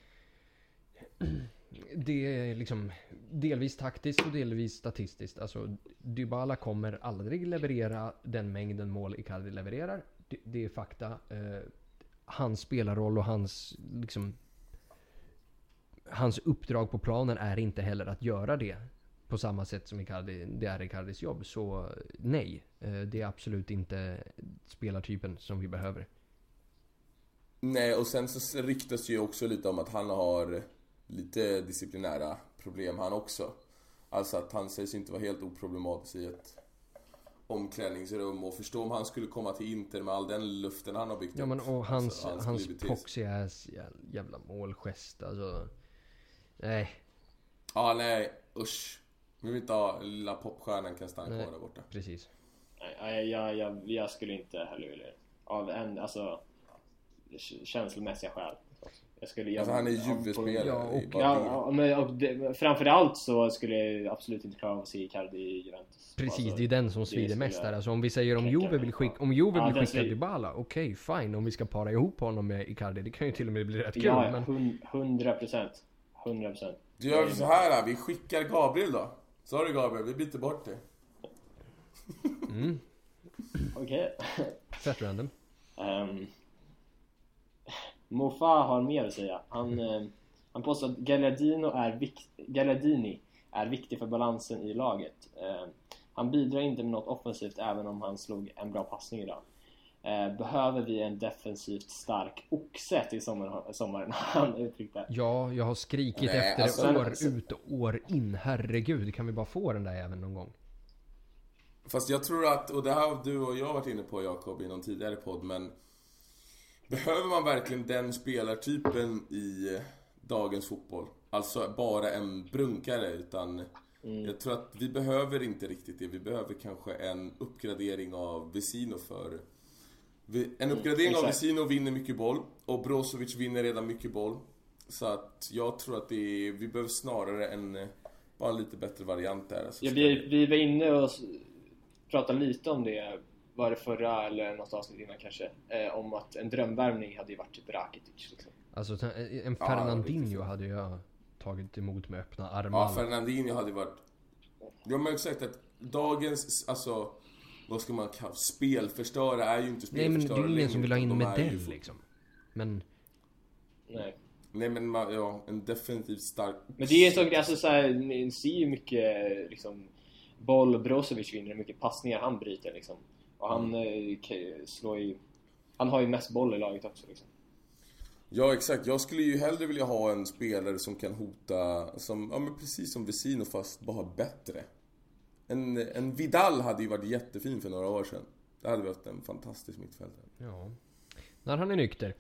Det är liksom delvis taktiskt och delvis statistiskt. Alltså Dybala kommer aldrig leverera den mängden mål Icardi levererar. Det, det är fakta. Eh, hans spelarroll och hans liksom hans uppdrag på planen är inte heller att göra det på samma sätt som Icardi, det är Icardis jobb. Så nej, eh, det är absolut inte spelartypen som vi behöver. Nej, och sen så ryktas ju också lite om att han har lite disciplinära problem han också. Alltså att han sägs inte vara helt oproblematisk i ett omklädningsrum, och förstå om han skulle komma till Inter med all den luften han har byggt Ja, men upp. och hans, Alltså, han hans skulle bli till- proxy ass jävla målgest, alltså. Nej, Ja, nej, usch. Vi vill inte ha lilla popstjärnan kan stanna Nej. kvar där borta. precis. Nej, jag, jag, jag skulle inte heller vilja det. Av en, alltså känslomässiga skäl. Jag skulle, jag, Alltså han är Juve-spelare. Ja, och- det är bara Ja, det. ja, men och det, framförallt så skulle jag absolut inte klara av att se Icardi i Juventus. Precis, Alltså, det är den som det svider skulle mest jag- där. Alltså om vi säger om knäcka Juve mig. vill skicka, om Juve Ja, vill den skicka svider. Dybala, okej, fine. Om vi ska para ihop honom med Icardi, det kan ju till och med bli rätt kul. Ja, Men hun- hundra procent. Hundra procent. Då gör vi så här, vi skickar Gabriel då. Sorry Gabriel, vi byter bort det. mm, Okej. fett random. Um, Mofa har mer att säga. Han, eh, han påstår att Gallardino är vik- Gallardini är viktig för balansen i laget. Eh, han bidrar inte med något offensivt även om han slog en bra passning idag. Eh, behöver vi en defensivt stark oxe till sommaren, sommaren han uttryckte. Ja, jag har skrikit Nej, efter alltså- år ut och år in. Herregud, kan vi bara få den där även någon gång? Fast jag tror att, och det här har du och jag varit inne på Jakob i någon tidigare podd, men behöver man verkligen den spelartypen i dagens fotboll? Alltså bara en brunkare, utan Mm. jag tror att vi behöver inte riktigt det. Vi behöver kanske en uppgradering av Vesino för... Vi- En uppgradering av exakt. Vesino vinner mycket boll, och Brozovic vinner redan mycket boll. Så att jag tror att det är, vi behöver snarare en eh, bara en lite bättre variant där. Alltså, Ja, ska vi, vi- vi var inne och s- pratade lite om det. Var det förra eller något avsnitt innan kanske? Eh, om att en drömvärmning hade ju varit typ Rakitic liksom. Alltså en en Ja, Fernandinho riktigt. hade jag tagit emot med öppna armar. Ja, Fernandinho hade varit... Jag har ju sagt att dagens, alltså, vad ska man kalla, spelförstörare är ju inte Nej, men det spelförstörare är ju ingen som vill ha in utan de är ju Medell fot- liksom. Men Nej. Nej men man, ja, en definitivt stark... Men det är så, alltså så här, ni ser ju mycket liksom boll. Brozovic vinner mycket passningar, han bryter liksom. Och han eh, slår ju, han har ju mest boll i laget också liksom. Ja, exakt. Jag skulle ju hellre vilja ha en spelare som kan hota, som, ja, men precis som Vecino, fast bara bättre. En, en Vidal hade ju varit jättefin för några år sedan. Det hade varit en fantastisk mittfältare. Ja. När han är nykter.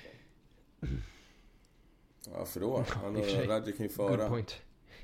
Ja, för då. Han och I och för sig. Radji kan ju Good föra. point.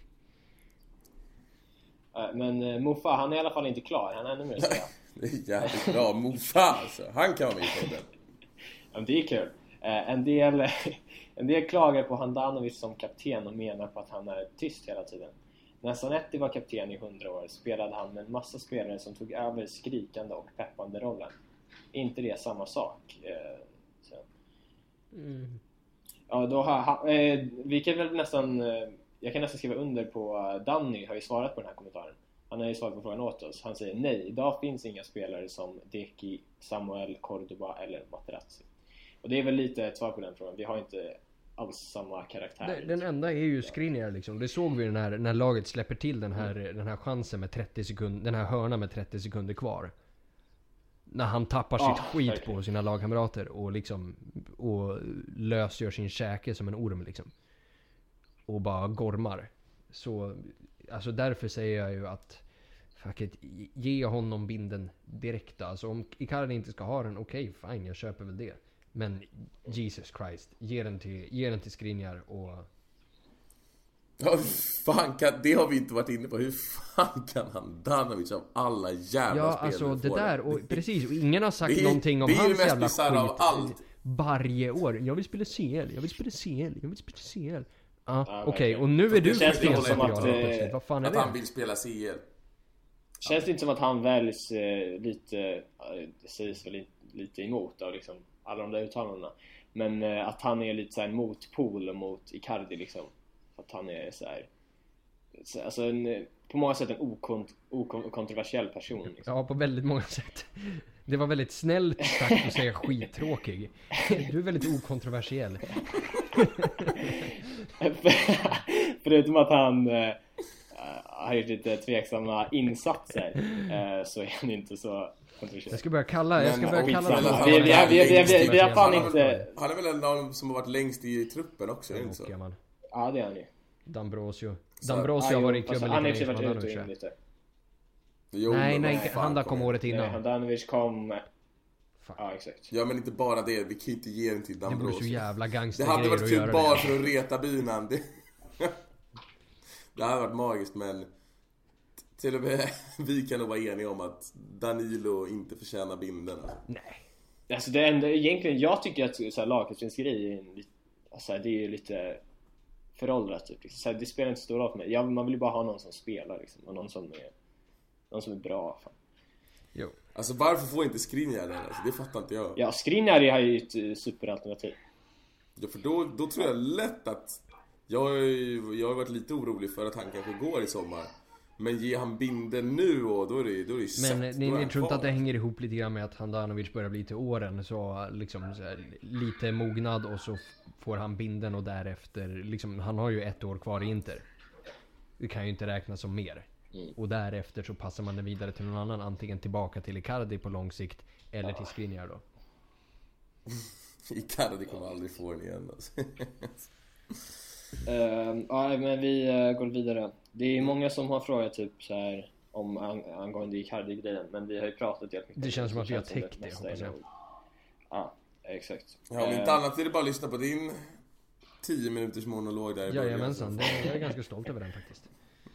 Eh, Men eh, Mofa, han är i alla fall inte klar. Han är ännu mer att säga. Det är jävligt bra. Mofa alltså. Han kan vara med i podden. Ja, det är kul. Eh, En del, en del klagar på Handanovic som kapten och menar på att han är tyst hela tiden. När Zanetti var kapten i hundra år spelade han med en massa spelare som tog över skrikande och peppande rollen. Inte det samma sak? Eh, så. Mm. Ja, då har, ha, eh, vi kan väl nästan, eh, jag kan nästan skriva under på uh, Danny har ju svarat på den här kommentaren. Han har ju svarat på frågan åt oss. Han säger nej, idag finns inga spelare som Deki, Samuel, Cordoba eller Materazzi. Och det är väl lite ett svar på den frågan. Vi har inte alls samma karaktär. Den, den enda är ju Skriniar liksom. Det såg vi när, när laget släpper till den här, Mm. den här chansen med trettio sekunder, den här hörnan med trettio sekunder kvar. När han tappar Ja, sitt skit verkligen. på sina lagkamrater och liksom och lösgör sin käke som en orm liksom. Och bara gormar. Så alltså därför säger jag ju att fuck it, ge honom binden direkt. Alltså om Icardi inte ska ha den, okej, okay, fine, jag köper väl det. Men Jesus Christ, ge den till, ge den till Skriniar och... Ja, hur fan kan, det har vi inte varit inne på. Hur fan kan han Danovic av alla jävla Ja, spelare alltså det få där, den? och precis, och ingen har sagt Det är- någonting om det är ju hans det mest jävla bisarra av skit allt. varje år. Jag vill spela C L, jag vill spela C L, jag vill spela C L. Ja, Ja, okej, verkligen. och nu är Det du känns fel som att, material eh, plötsligt. Vad fan är Att han det? vill spela C L. Känns det inte som att han väljs eh, lite, eh, det sägs väl lite, lite emot av liksom, alla de där uttalandena. Men eh, att han är lite så här en motpol mot Icardi liksom. Att han är så här, så, alltså en, på många sätt en okont, okontroversiell person liksom. Ja, på väldigt många sätt. Det var väldigt snällt sagt att säga skittråkig. Du är väldigt okontroversiell. Förutom att han eh, har gjort lite tveksamma insatser eh, så är han inte så kontroversiell. Jag ska börja kalla, jag ska Men, börja skitsamma, kalla fan, Vi, vi, vi, vi, vi, vi, vi har fan Han har inte... väl- Han är väl en av dem som har varit längst i truppen också, är det inte så? Hockey, man. Ja, det är han ju. D'Ambrosio. Så- D'Ambrosio Ja, har jo, varit i fast klubben han har lika ju länge som varit ut och in Handanovic. lite. Jo, Nej, men nej, vad fan, Handa kom kom igen. året Nej, innan. Handanovic kom... Fan. Ja, exakt. Ja, men inte bara det. Vi kan inte ge den till Det vore så D'Ambrosio. jävla Det hade gangstergrejer varit att kul göra bara det. för att reta binan. Det, det hade varit magiskt, men t- till och med vi kan nog vara eniga om att Danilo inte förtjänar binden. Nej. Alltså det enda, egentligen, jag tycker att så här, lagkaptensgrej är en, lit- alltså, det är ju lite föråldrat typ. Så här, det spelar inte så stor roll för mig. Jag, man vill ju bara ha någon som spelar liksom, och någon som är, någon som är bra. Fan. Jo. Alltså varför får inte Skriniar den? Alltså, det fattar inte jag. Ja, Skriniar är ju ett eh, superalternativ. Ja, för då, då tror jag lätt att jag, har ju- jag har varit lite orolig för att han kanske går i sommar. Men ge han binden nu och då är det, då är det ju Men sett. ni, Då är ni han tror inte kvar. att det hänger ihop lite grann med att Handanovic börjar bli till åren, så liksom så här, lite mognad och så f- får han binden och därefter liksom, han har ju ett år kvar i Inter. Det kan ju inte räknas som mer. Mm. Och därefter så passar man det vidare till någon annan, antingen tillbaka till Icardi på lång sikt eller till Skriniar då. Icardi kommer aldrig få den igen alltså. Uh, ja, men vi uh, går vidare. Det är många som har frågat typ så här om ang- angående Icardi-grejen, men vi har ju pratat helt mycket. Det känns som att vi har känns som täckt det, mesta hoppas är jag. nog- Ja, exakt. Ja, om Eh, inte annat är det bara att lyssna på din tio minuters monolog där i början. Jajamensan, det, jag är ganska stolt över den faktiskt.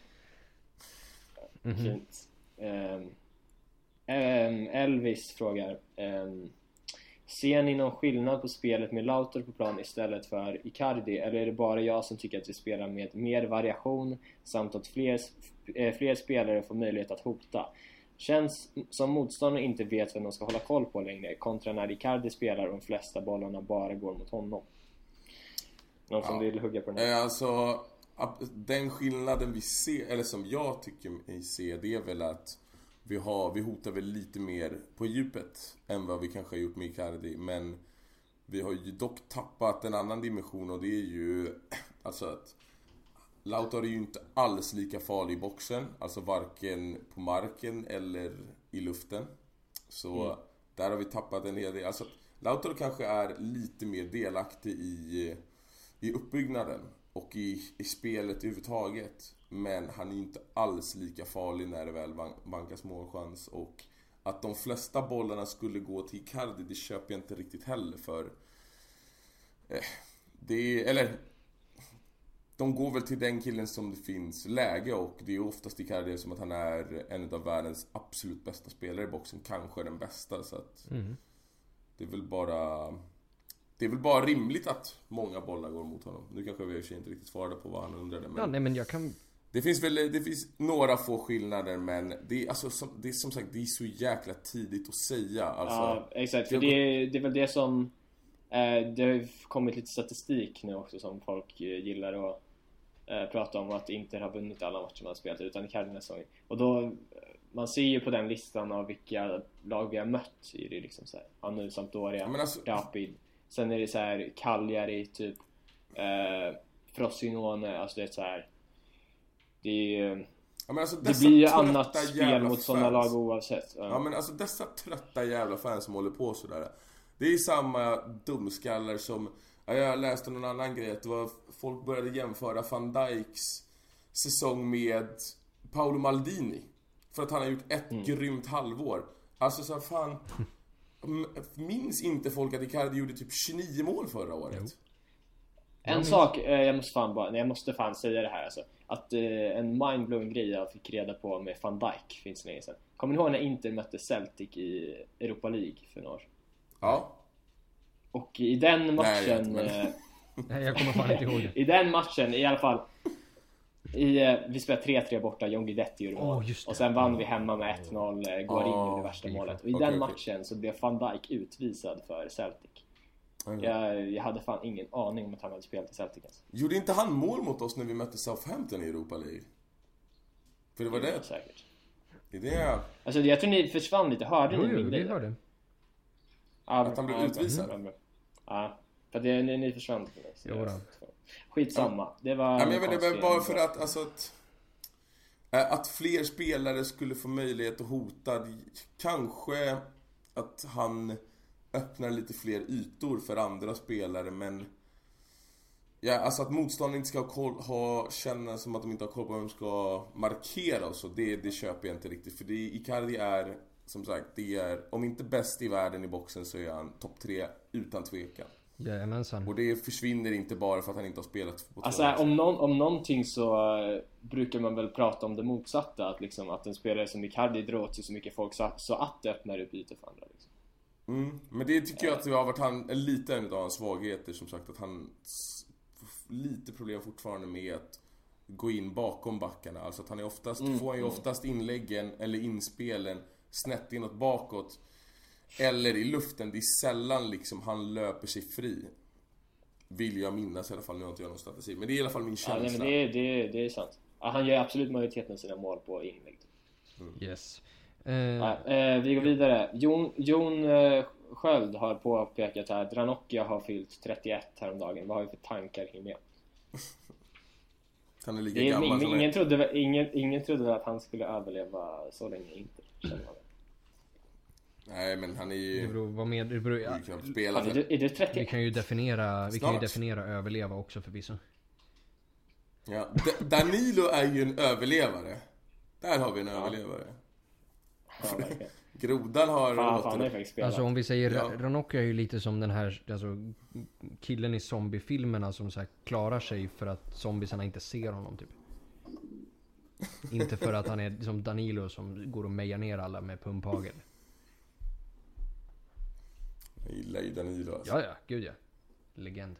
Mhm. Fint. Ehm, ehm, Elvis frågar ehm, ser ni någon skillnad på spelet med Lautaro på plan istället för Icardi, eller är det bara jag som tycker att vi spelar med mer variation samt att fler, eh, fler spelare får möjlighet att hota? Känns som motståndaren inte vet vem de ska hålla koll på längre, kontra när Icardi spelar och de flesta bollarna bara går mot honom. Någon som Ja. vill hugga på den här? Eh, Alltså, ab- den skillnaden vi ser, eller som jag tycker mig se, det är väl att vi, har, vi hotar väl lite mer på djupet än vad vi kanske har gjort med Icardi. Men vi har ju dock tappat en annan dimension, och det är ju alltså att Lautaro är ju inte alls lika farlig i boxen. Alltså varken på marken eller i luften. Så mm. där har vi tappat en hel del. Alltså Lautaro kanske är lite mer delaktig i, i uppbyggnaden och i, i spelet överhuvudtaget. Men han är ju inte alls lika farlig när det väl vankas målchans. Och att de flesta bollarna skulle gå till Icardi, det köper jag inte riktigt heller för. Eh, det eller de går väl till den killen som det finns läge, och det är oftast Icardi som att han är en av världens absolut bästa spelare i boxen, kanske den bästa, så att mm. det är väl bara det är väl bara rimligt att många bollar går mot honom. Nu kanske vi inte riktigt svarade på vad han undrade, men ja, nej, men jag kan det finns väl det finns några få skillnader, men det är alltså som, det är som sagt det är så jäkla tidigt att säga alltså. Ja, exakt, för det är, det är väl det som eh, det har kommit lite statistik nu också som folk gillar att eh, prata om, att Inter har vunnit alla matcher man har spelat utan Icardi nästa säsong. Och då man ser ju på den listan av vilka lag vi har mött i det liksom så här. Ja, nu Sampdoria, ja, alltså... Rapid. Sen är det så här Cagliari typ eh, Frosinone, alltså det är så här. Det, är, ja, men alltså, det blir ju annat spel mot sådana lag oavsett. Ja. ja men alltså dessa trötta jävla fans som håller på sådär. Det är samma dumskallar som ja, jag läste någon annan grej att det var, folk började jämföra Van Dijks säsong med Paolo Maldini för att han har gjort ett mm. grymt halvår. Alltså så fan minns inte folk att Icardi gjorde typ tjugonio mål förra året? Jo. En mm. sak, jag måste fan bara, jag måste fan säga det här alltså, att eh, en mindblowing grej jag fick reda på med Van Dijk finns länge sedan. Kommer ni ihåg när Inter mötte Celtic i Europa League för några år? Ja. Och i den matchen Nej, jag, men... Nej, jag kommer fan inte ihåg det. I den matchen i alla fall i, vi spelade tre tre borta, John Guidetti gjorde mål. Oh, och sen vann vi hemma med ett noll, går in oh, i det värsta okay. målet. Och i okay, den matchen okay. så blev Van Dijk utvisad för Celtic. Mm. Jag, jag hade fan ingen aning om att han hade spelat i Celtic alltså. Gjorde inte han mål mot oss när vi mötte Southampton i Europa League? För det var det. Säkert. Det är det. Alltså jag tror ni försvann lite, hörde jo, ni jo, vi hörde. Ja, att han blev utvisad. Mm. Ja, för det, ni, ni försvann. Jo då. Skitsamma. Det var ja, men jag vet inte, bara för att alltså att, att fler spelare skulle få möjlighet att hota, kanske att han öppnar lite fler ytor för andra spelare, men ja, alltså att motståndaren inte ska ha, koll, ha känna som att de inte har koll på vem de ska markera och så, det, det köper jag inte riktigt, för det, Icardi är som sagt, det är om inte bäst i världen i boxen så är han topp tre utan tvekan. Jajamensan. Och det försvinner inte bara för att han inte har spelat på alltså om, någon, om någonting så uh, brukar man väl prata om det motsatta, att, liksom, att en spelare som Icardi drar till så mycket folk så, så att det öppnar upp ytor för andra liksom. Mm, men det tycker jag att det har varit han, lite en av hans svagheter, som sagt, att han lite problem fortfarande med att gå in bakom backarna, alltså att han är oftast, mm, får han ju oftast inläggen eller inspelen snett inåt bakåt eller i luften, det är sällan liksom han löper sig fri, vill jag minnas i alla fall, nu har inte jag någon statistik, men det är i alla fall min känsla. Ja, nej, men det, är, det, är, det är sant. Ja, han gör absolut majoriteten av sina mål på inlägg. Mm. Yes. Uh... Ja, eh, vi går vidare. Jon, Jon eh, Sköld har påpekat här att Ranocchia har fyllt trettioett häromdagen. Vad har vi för tankar kring det? Han är lika det är, gammal ingen, som ingen, trodde, ingen, ingen trodde att han skulle överleva så länge inte. Nej, men han är ju... Det beror, vad med, det beror, ja, spela är, det, är det trettioett? Vi kan ju definiera, vi kan ju definiera överleva också förvisso. Ja, D- Danilo är ju en överlevare. Där har vi en ja. överlevare. Ja, Grodan har fan, fan, alltså om vi säger ja. Ranocchia är ju lite som den här alltså, killen i zombiefilmerna som så här, klarar sig för att zombiesarna inte ser honom typ. Inte för att han är som Danilo som går och mejar ner alla med pumphagel. Jag gillar ju Danilo alltså. Ja ja, gud ja. Legend.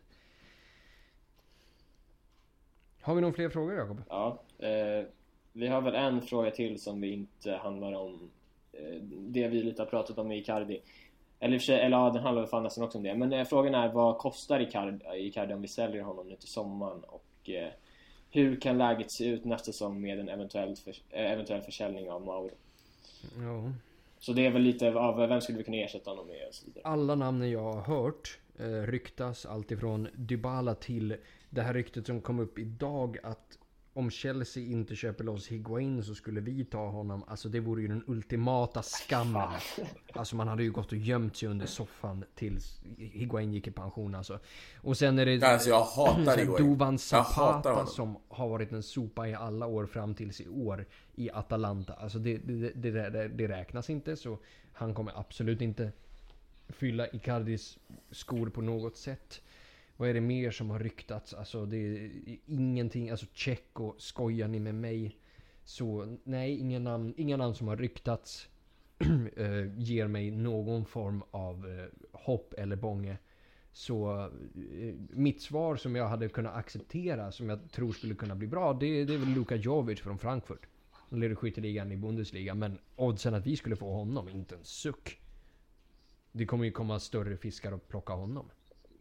Har vi någon fler frågor, Jakob? Ja, eh, vi har väl en fråga till som vi inte handlar om det vi lite har pratat om i Icardi. Eller, för sig, eller ja, den handlar fan nästan också om det. Men eh, frågan är, vad kostar Icardi, Icardi om vi säljer honom nu till sommaren? Och eh, hur kan läget se ut nästa säsong med en eventuell, för, eh, eventuell försäljning av Mauro? Ja. Så det är väl lite av, vem skulle vi kunna ersätta honom med? Och så vidare. Alla namnen jag har hört eh, ryktas alltifrån Dybala till det här ryktet som kom upp idag att om Chelsea inte köper loss Higuain så skulle vi ta honom. Alltså det vore ju den ultimata skammen. Alltså man hade ju gått och gömt sig under soffan tills Higuain gick i pension alltså. Och sen är det alltså jag hatar Higuain. Dovan Zapata som har varit en sopa i alla år fram tills i år i Atalanta. Alltså det, det, det, det, det räknas inte, så han kommer absolut inte fylla Icardis skor på något sätt. Vad är det mer som har ryktats? Alltså det är ingenting. Alltså Tjecko, skojar ni med mig? Så nej, inga namn, inga namn som har ryktats uh, ger mig någon form av uh, hopp eller bånge. Så uh, mitt svar som jag hade kunnat acceptera, som jag tror skulle kunna bli bra, det, det är väl Luka Jovic från Frankfurt. Han leder skytteligan i Bundesliga, men oddsen att vi skulle få honom, inte en suck. Det kommer ju komma större fiskar och plocka honom.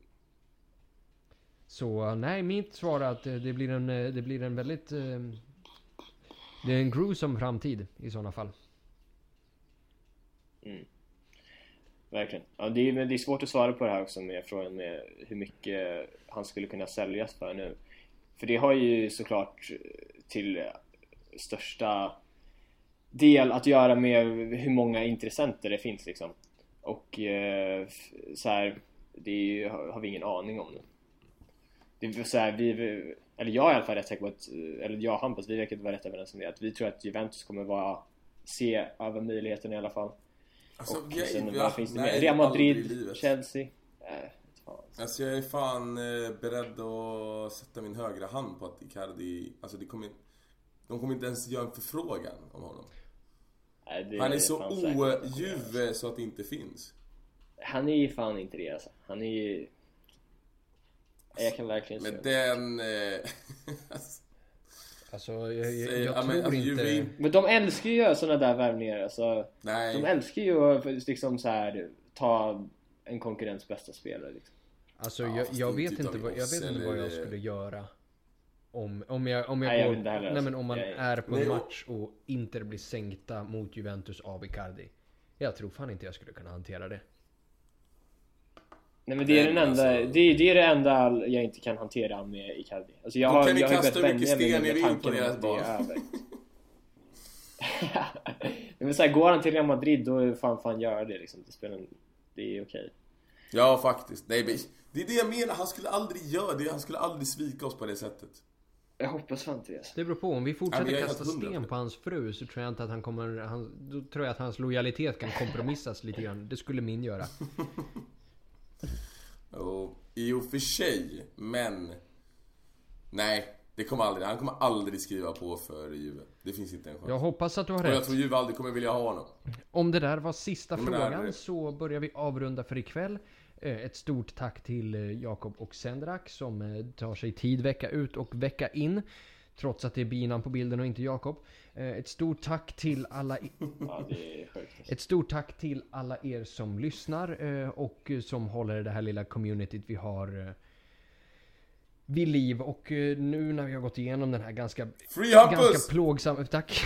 Så nej, mitt svar är att det blir en, det blir en väldigt... Det är en gruesome framtid i sådana fall. Mm. Verkligen. Ja, det, är, det är svårt att svara på det här också med frågan med hur mycket han skulle kunna säljas för nu. För det har ju såklart till största del att göra med hur många intressenter det finns liksom. Och eh, så här, det har vi ingen aning om nu. Det är så här, vi, eller jag är i alla fall rätt säker på att, eller jag och Hampus, vi verkar vara rätt överens om det, att vi tror att Juventus kommer vara, se över möjligheten i alla fall. Alltså, och jag, sen, jag, vad finns det nej, med? Real Madrid, Chelsea. Äh, fan. Alltså jag är fan eh, beredd att sätta min högra hand på att Icardi, alltså det kommer, de kommer inte ens göra en förfrågan om honom. Nej, det han är, är så ojuve så att det inte finns. Han är ju fan inte det alltså. Han är ju... Jag kan verkligen säga. Men den... Eh, alltså, jag, jag, jag, Säg, jag ja, tror men, alltså, inte... Juve... Men de älskar ju att göra sådana där värvningar. Alltså, Nej. de älskar ju att liksom så här, ta en konkurrens bästa spelare. Liksom. Alltså, ja, jag, jag vet inte inte vad jag, vet inte vad jag skulle göra. Om, om jag, om jag, nej, går, jag nej, nej, men om man jag, är på nej, en match och Inter blir sänkta mot Juventus av Icardi. Jag tror fan inte jag skulle kunna hantera det. Nej, men det är den enda, alltså, det, är, det är det enda jag inte kan hantera med Icardi. Alltså jag då har, kan ni jag har kasta hur mycket sten ni vill på deras barn. Men så här, går han till Real Madrid, då fan fan gör det liksom. Det spelar en, det är okej. Ja, faktiskt. Nej, men det är det jag menar. Han skulle aldrig göra det. Han skulle aldrig svika oss på det sättet. Jag hoppas fan inte det. Det beror på. Om vi fortsätter ja, kasta sten på hans fru, så tror jag inte att han kommer... Han, då tror jag att hans lojalitet kan kompromissas lite grann. Det skulle min göra. Och, i och för sig, men... Nej, det kommer aldrig. Han kommer aldrig skriva på för Juve. Det finns inte en chans. Jag hoppas att du har och rätt. jag tror Juve aldrig kommer vilja ha honom. Om det där var sista men frågan där... så börjar vi avrunda för ikväll. Ett stort tack till Jakob och Sendrak som tar sig tid vecka ut och vecka in. Trots att det är binan på bilden och inte Jakob. Ett stort tack till alla... I... Ja, det är sjukt. Ett stort tack till alla er som lyssnar och som håller det här lilla communityt vi har vid liv. Och nu när vi har gått igenom den här ganska, ganska plågsamma... Tack!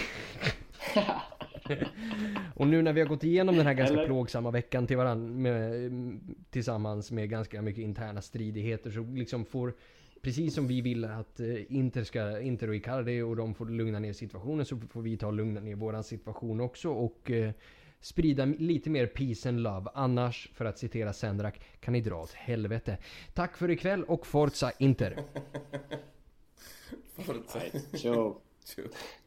Och nu när vi har gått igenom den här ganska Eller? plågsamma veckan till varann, med, tillsammans med ganska mycket interna stridigheter, så liksom får, precis som vi vill att Inter, ska, Inter och Icardi och de får lugna ner situationen, så får vi ta och lugna ner våran situation också och eh, sprida lite mer peace and love. Annars, för att citera Sendrak, kan ni dra åt helvete. Tack för ikväll och Forza Inter. Forza. Right. Ciao.